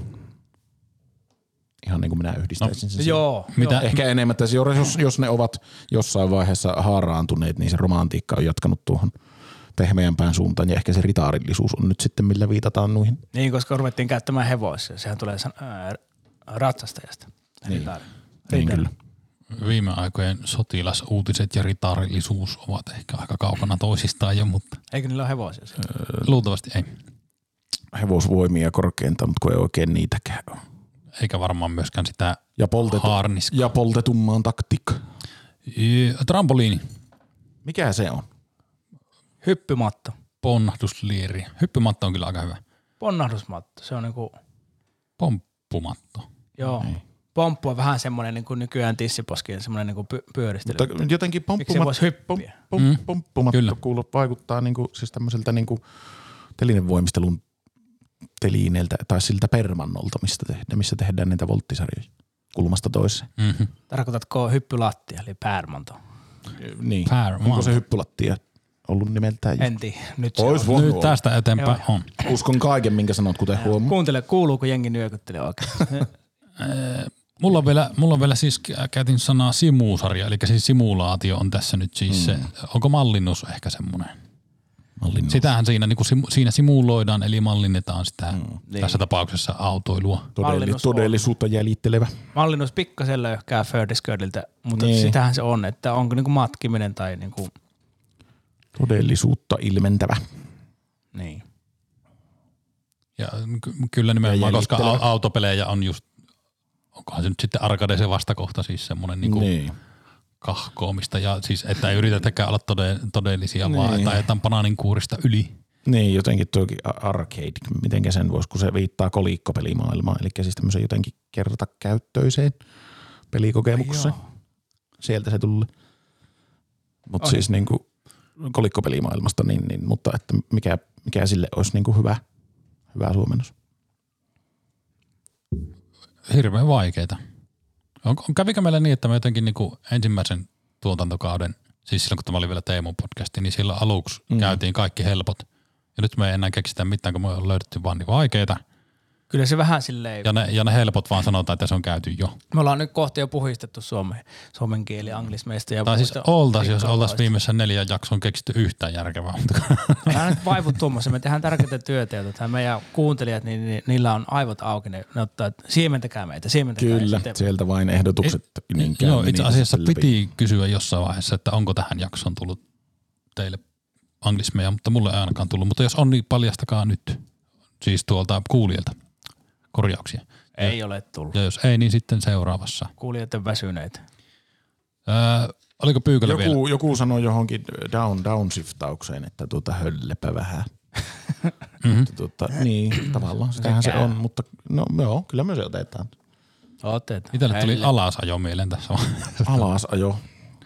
Ihan niin kuin minä yhdistäisin sen. Joo. Mitä? joo. Ehkä enemmän, että jos, jos ne ovat jossain vaiheessa haaraantuneet, niin se romantiikka on jatkanut tuohon pehmeämpään suuntaan ja ehkä se ritaarillisuus on nyt sitten, millä viitataan noihin. Niin, koska ruvettiin käyttämään hevosia. Sehän tulee san- ää, ratsastajasta. Niin. Ritaari. Niin Ritaari. kyllä. Viime aikojen sotilasuutiset ja ritaarillisuus ovat ehkä aika kaukana toisistaan jo, mutta Eikö niillä ole hevosia siellä? luultavasti ei. Hevosvoimia korkeintaan, mutta kun ei oikein niitäkään ole. Eikä varmaan myöskään sitä Ja, poltetu, haarniskaa. ja poltetummaan taktiikka. Y- Trampoliini, Mikä se on? Hyppymatto. ponnahdusliiri. Hyppymatto on kyllä aika hyvä. Ponnahdusmatto. Se on niinku, Pomppumatto. joo. Pomppu on vähän semmoinen niinku nykyään tissiposkien semmoinen niinku py- pyöristely. Mutta jotenkin Miksi se voisi pomppumatto, hyppiä? pom, Mm. pomppumatto Kyllä. kuuluu, vaikuttaa niinku, siis tämmöiseltä niinku telinevoimistelun telineeltä tai siltä permannolta, mistä tehdään, missä tehdään niitä volttisarjoja kulmasta toiseen. Mm-hmm. Tarkoitatko hyppylattia, eli päärmanto? Niin. Permanto. Onko se hyppylattia ollut nimeltään? En tiedä. Nyt se Ois on. voinut Nyt olla. tästä eteenpäin Joo. on. Uskon kaiken, minkä sanot, kuten huomaa. Kuuntele, kuuluuko jengi nyökyttelee oikein? Mulla on vielä, mulla on vielä siis, käytin sanaa simuusarja, eli siis simulaatio on tässä nyt siis mm. se, onko mallinnus ehkä semmoinen? Mallinnus. Sitähän siinä, niin kuin siinä simuloidaan, eli mallinnetaan sitä Niin. tässä tapauksessa autoilua. Todelli- Mallinnus on. todellisuutta jäljittelevä. Mallinnus pikkasen löyhkää Fördiskördiltä, mutta Niin. sitähän se on, että onko niinku matkiminen tai niinku, Todellisuutta ilmentävä. niin. Ja ky- kyllä nimenomaan, Ja koska jäljittelevä. au- autopelejä on just, onkohan se nyt sitten arcade se vastakohta, siis semmoinen niinku Niin. kahkoomista, ja siis että ei yritetäkään olla tode, todellisia, Niin. vaan että ajetaan banaaninkuurista yli. Niin, jotenkin tuokin a- arcade, miten sen voisi, kun se viittaa kolikkopelimaailmaan, eli siis tämmöisen jotenkin kertakäyttöiseen pelikokemukseen. Joo. Sieltä se tulee. Mutta On. siis niinku, kolikkopelimaailmasta, niin, niin, mutta että mikä, mikä sille olisi niin kuin hyvä, hyvä suomennos? Hirveän vaikeita. On, on, kävikö meillä niin, että me jotenkin niin kuin ensimmäisen tuotantokauden, siis silloin kun tämä oli vielä Teemun podcasti, niin silloin aluksi mm. käytiin kaikki helpot. Ja nyt me ei enää keksitä mitään, kun me on löydetty vaan niin vaikeita. Kyllä se vähän silleen. Ja ne, ja ne helpot vaan sanotaan, että se on käyty jo. Me ollaan nyt kohta jo puhistettu suomen, suomen kieli anglismeista. Ja tai siis oltaisiin, jos oltaisiin viimeisen neljän jakson keksitty yhtään järkevää. Mä nyt vaivut tuommoissa. Me tehdään tärkeitä työtä ja tota, meidän kuuntelijat, niin, niin niillä on aivot auki. Ne, ne ottaa, että siementäkää meitä, siementäkää. Kyllä, sitten sieltä vain ehdotukset. Et, niin joo, itse asiassa läpi. piti kysyä jossain vaiheessa, että onko tähän jaksoon tullut teille anglismeja, mutta mulle ei ainakaan tullut. Mutta jos on, niin paljastakaa nyt. Siis tuolta kuulijalta korjauksia. Ei ja, ole tullut. Ja jos ei, niin sitten seuraavassa. Kuulijat on väsyneitä. Öö, oliko Pyyköllä vielä? Joku, joku sanoi johonkin down, downshiftaukseen, että tuota höllepä vähän. Mm-hmm. tuota, niin, tavallaan sitähän se on, mutta no joo, kyllä me se otetaan. Otetaan. Itelle tuli alasajo mieleen tässä Alasajo.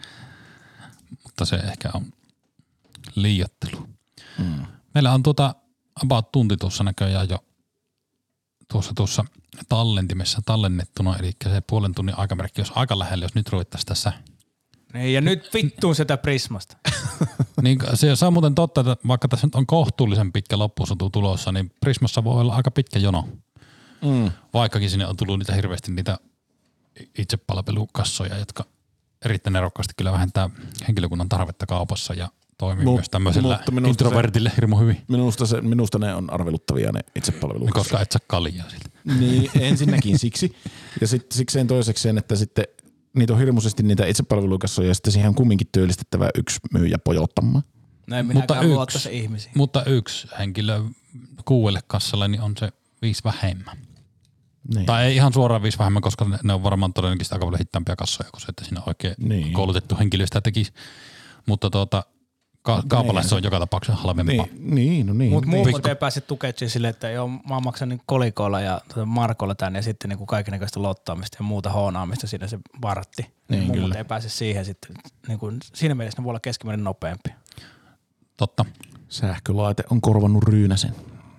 Mutta se ehkä on liioittelu. Mm. Meillä on tuota about tunti tuossa näköjään jo tuossa, tuossa tallentimessa tallennettuna, eli se puolen tunnin aikamerkki olisi aika lähellä, jos nyt ruvettaisiin tässä. Niin, ja nyt vittuun sitä Prismasta. Niin se, se on muuten totta, että vaikka tässä nyt on kohtuullisen pitkä loppusotu tulossa, niin Prismassa voi olla aika pitkä jono. Mm. Vaikkakin sinne on tullut niitä hirveästi niitä itsepalvelukassoja, jotka erittäin nerokkaasti kyllä vähentää henkilökunnan tarvetta kaupassa ja toimii Mut, myös tämmöisellä introvertille hirmu hyvin. Minusta, se, minusta ne on arveluttavia ne itsepalvelukassot. Koska et saa kaljaa siltä. Niin, ensinnäkin siksi. Ja sitten sikseen toisekseen, että sitten niitä on hirmuisesti niitä itsepalvelukassoja ja sitten siihen on kumminkin työllistettävä yksi myyjä pojottamaan. Näin minäkään luottaisi ihmisiä. Mutta yksi henkilö kuudelle kassalle niin on se viisi vähemmän. Niin. Tai ei ihan suoraan viisi vähemmän, koska ne, ne on varmaan todennäköisesti aika paljon hittaampia kassoja, kun se, että siinä oikein niin. koulutettu henkilö sitä tekisi. Mutta tuota, ka- kaupalaisessa on joka tapauksessa halvempaa. Niin, niin no niin. Mutta muut ei pääse tuketsiin silleen, että joo, mä oon maksanut kolikoilla ja tuota markoilla tänne ja sitten niin kaikennäköistä lottaamista ja muuta hoonaamista siinä se vartti. Niin, muut ei pääse siihen sitten. Niin kuin, siinä mielessä ne voi olla keskimäärin nopeampia. Totta. Sähkölaite on korvannut Ryynäsen.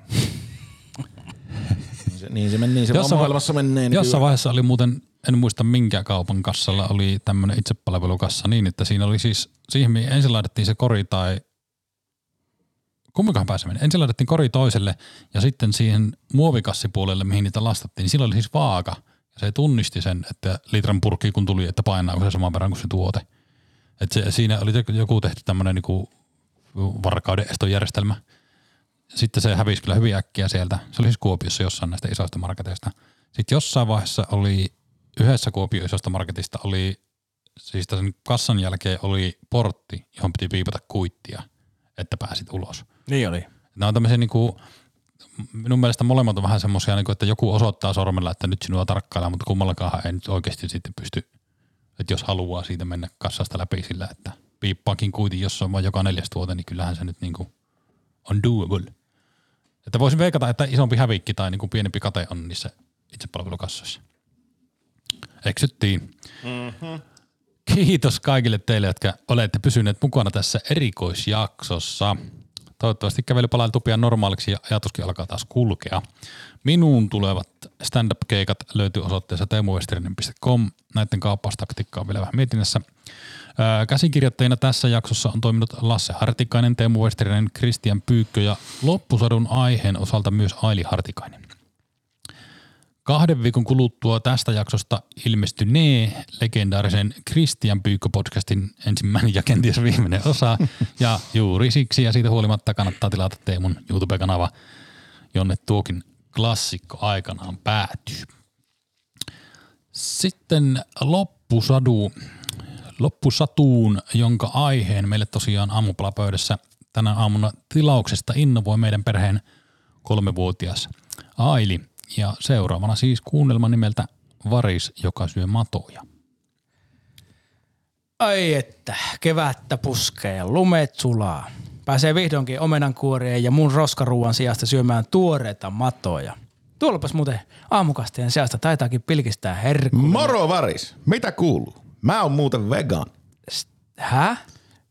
Niin se meni, se jossain vaan maailmassa menee. Jossain vaiheessa oli muuten, en muista minkä kaupan kassalla, oli tämmöinen itsepalvelukassa niin, että siinä oli siis, siihen ensin laitettiin se kori tai, kummikahan pääseminen, ensin laitettiin kori toiselle ja sitten siihen muovikassipuolelle, mihin niitä lastattiin, niin sillä oli siis vaaka. Ja se tunnisti sen, että litran purkki kun tuli, että painaako se saman verran kuin se tuote. Että se, siinä oli joku tehty tämmöinen niinku varkauden estojärjestelmä. Sitten se hävisi kyllä hyvin äkkiä sieltä. Se oli siis Kuopiossa jossain näistä isoista marketeista. Sitten jossain vaiheessa oli yhdessä Kuopion isosta marketista oli, siis sen kassan jälkeen oli portti, johon piti piipata kuittia, että pääsit ulos. Niin oli. Nämä on tämmöisiä niinku, minun mielestä molemmat on vähän semmoisia, niinku, että joku osoittaa sormella, että nyt sinua tarkkaillaan, mutta kummallakaan ei nyt oikeasti sitten pysty, että jos haluaa siitä mennä kassasta läpi sillä, että piippaakin kuitin, jos on vain joka neljäs tuote, niin kyllähän se nyt niinku on doable. Että voisin veikata, että isompi hävikki tai niin kuin pienempi kate on niissä itsepalvelukassoissa. Eksyttiin. Mm-hmm. Kiitos kaikille teille, jotka olette pysyneet mukana tässä erikoisjaksossa. Toivottavasti kävelypalailu pian normaaliksi ja ajatuskin alkaa taas kulkea. Minuun tulevat stand-up-keikat löytyy osoitteessa teemu westerinen piste com. Näiden kauppaustaktiikka on vielä vähän mietinnässä. Käsikirjoittajina tässä jaksossa on toiminut Lasse Hartikainen, Teemu Westerinen, Kristian Pyykkö ja loppusadun aiheen osalta myös Aili Hartikainen. Kahden viikon kuluttua tästä jaksosta ilmestynee legendaarisen Kristian Pyykkö-podcastin ensimmäinen ja kenties viimeinen osa. Ja juuri siksi ja siitä huolimatta kannattaa tilata Teemun YouTube-kanava, jonne tuokin klassikko aikanaan päätyy. Sitten loppusadu. Loppusatuun, jonka aiheen meille tosiaan aamupalapöydässä tänä aamuna tilauksesta innovoi meidän perheen kolmevuotias Aili. Ja seuraavana siis kuunnelma nimeltä Varis, joka syö matoja. Ai että, kevättä puskee ja lumet sulaa. Pääsee vihdoinkin omenankuoreen ja mun roskaruuan sijasta syömään tuoreita matoja. Tuollapas muuten aamukasteen sijasta taitaakin pilkistää herkullinen. Moro Varis, mitä kuuluu? Mä oon muuten vegan. Häh?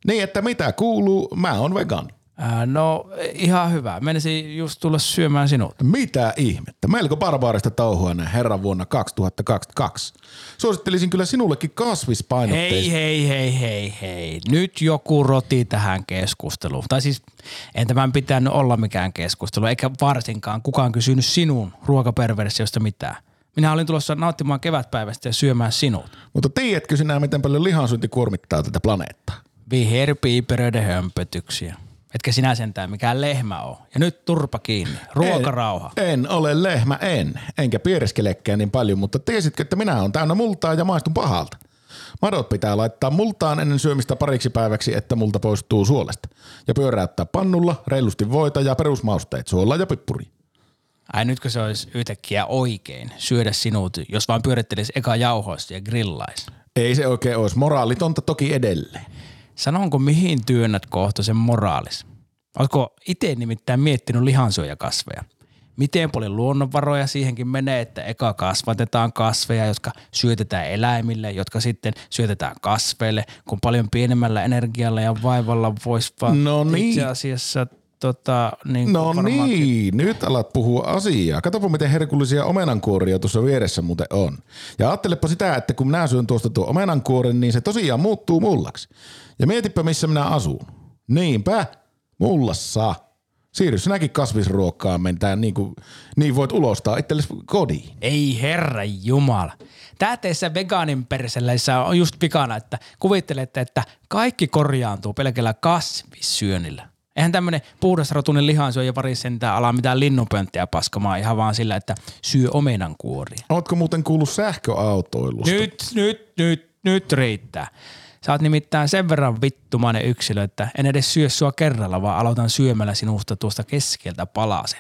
Niin, että mitä kuuluu, mä oon vegaani. Ää, no ihan hyvä. Menisin just tulla syömään sinut. Mitä ihmettä? Melko barbaarista touhua näin herran vuonna kaksituhattakaksikymmentäkaksi. Suosittelisin kyllä sinullekin kasvispainotteista. Hei, hei, hei, hei, hei. Nyt joku roti tähän keskusteluun. Tai siis en tämän pitänyt olla mikään keskustelu, eikä varsinkaan kukaan kysynyt sinun ruokaperversiosta mitään. Minä olin tulossa nauttimaan kevätpäivästä ja syömään sinut. Mutta tiedätkö sinä, miten paljon lihansyönti kuormittaa tätä planeettaa? Viherpiiperöiden hömpötyksiä. Etkä sinä sentään mikään lehmä oo. Ja nyt turpa kiinni. Ruokarauha. En, en ole lehmä, en. Enkä piereskelekään niin paljon, mutta tiesitkö, että minä olen täynnä multaa ja maistun pahalta? Madot pitää laittaa multaan ennen syömistä pariksi päiväksi, että multa poistuu suolesta. Ja pyöräyttää pannulla, reilusti voita ja perusmausteet, suolaa ja pippuri. Ai nytkö se olisi yhtäkkiä oikein syödä sinut, jos vaan pyörittelisi eka jauhoista ja grillaisi? Ei se oikein olisi moraalitonta toki edelleen. Sanonko mihin työnnät kohta sen moraalis? Oletko itse nimittäin miettinyt lihansyöjäkasveja? Miten paljon luonnonvaroja siihenkin menee, että eka kasvatetaan kasveja, jotka syötetään eläimille, jotka sitten syötetään kasveille, kun paljon pienemmällä energialla ja vaivalla voisi vaan no niin. itse asiassa tota, niin No niin, nyt alat puhua asiaa. Katsopa miten herkullisia omenankuoria tuossa vieressä muuten on. Ja ajattelepa sitä, että kun minä syön tuosta tuo omenankuoren, niin se tosiaan muuttuu mullaksi. Ja mietipä missä minä asun. Niinpä, mullassa. Siirry sinäkin kasvisruokkaan mentään niin kuin, niin voit ulostaa itsellesi kodiin. Ei herra jumala. Tää teissä vegaanin perseleissä on just vikana, että kuvittelette, että kaikki korjaantuu pelkällä kasvissyönnillä. Eihän tämmönen puhdasrotuinen lihansyöjä pari sentään ala mitään linnunpönttiä paskamaan ihan vaan sillä, että syö omenankuoria. Ootko muuten kuullut sähköautoilusta? Nyt, nyt, nyt, nyt riittää. Sä oot nimittäin sen verran vittumainen yksilö, että en edes syö sua kerralla, vaan aloitan syömällä sinusta tuosta keskeltä palasen.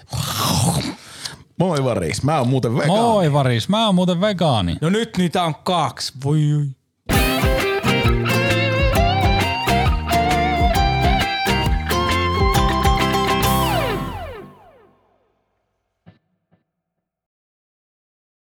Moi Varis, mä oon muuten vegaani. Moi Varis, mä oon muuten vegaani. No nyt niitä on kaksi. Voi, voi.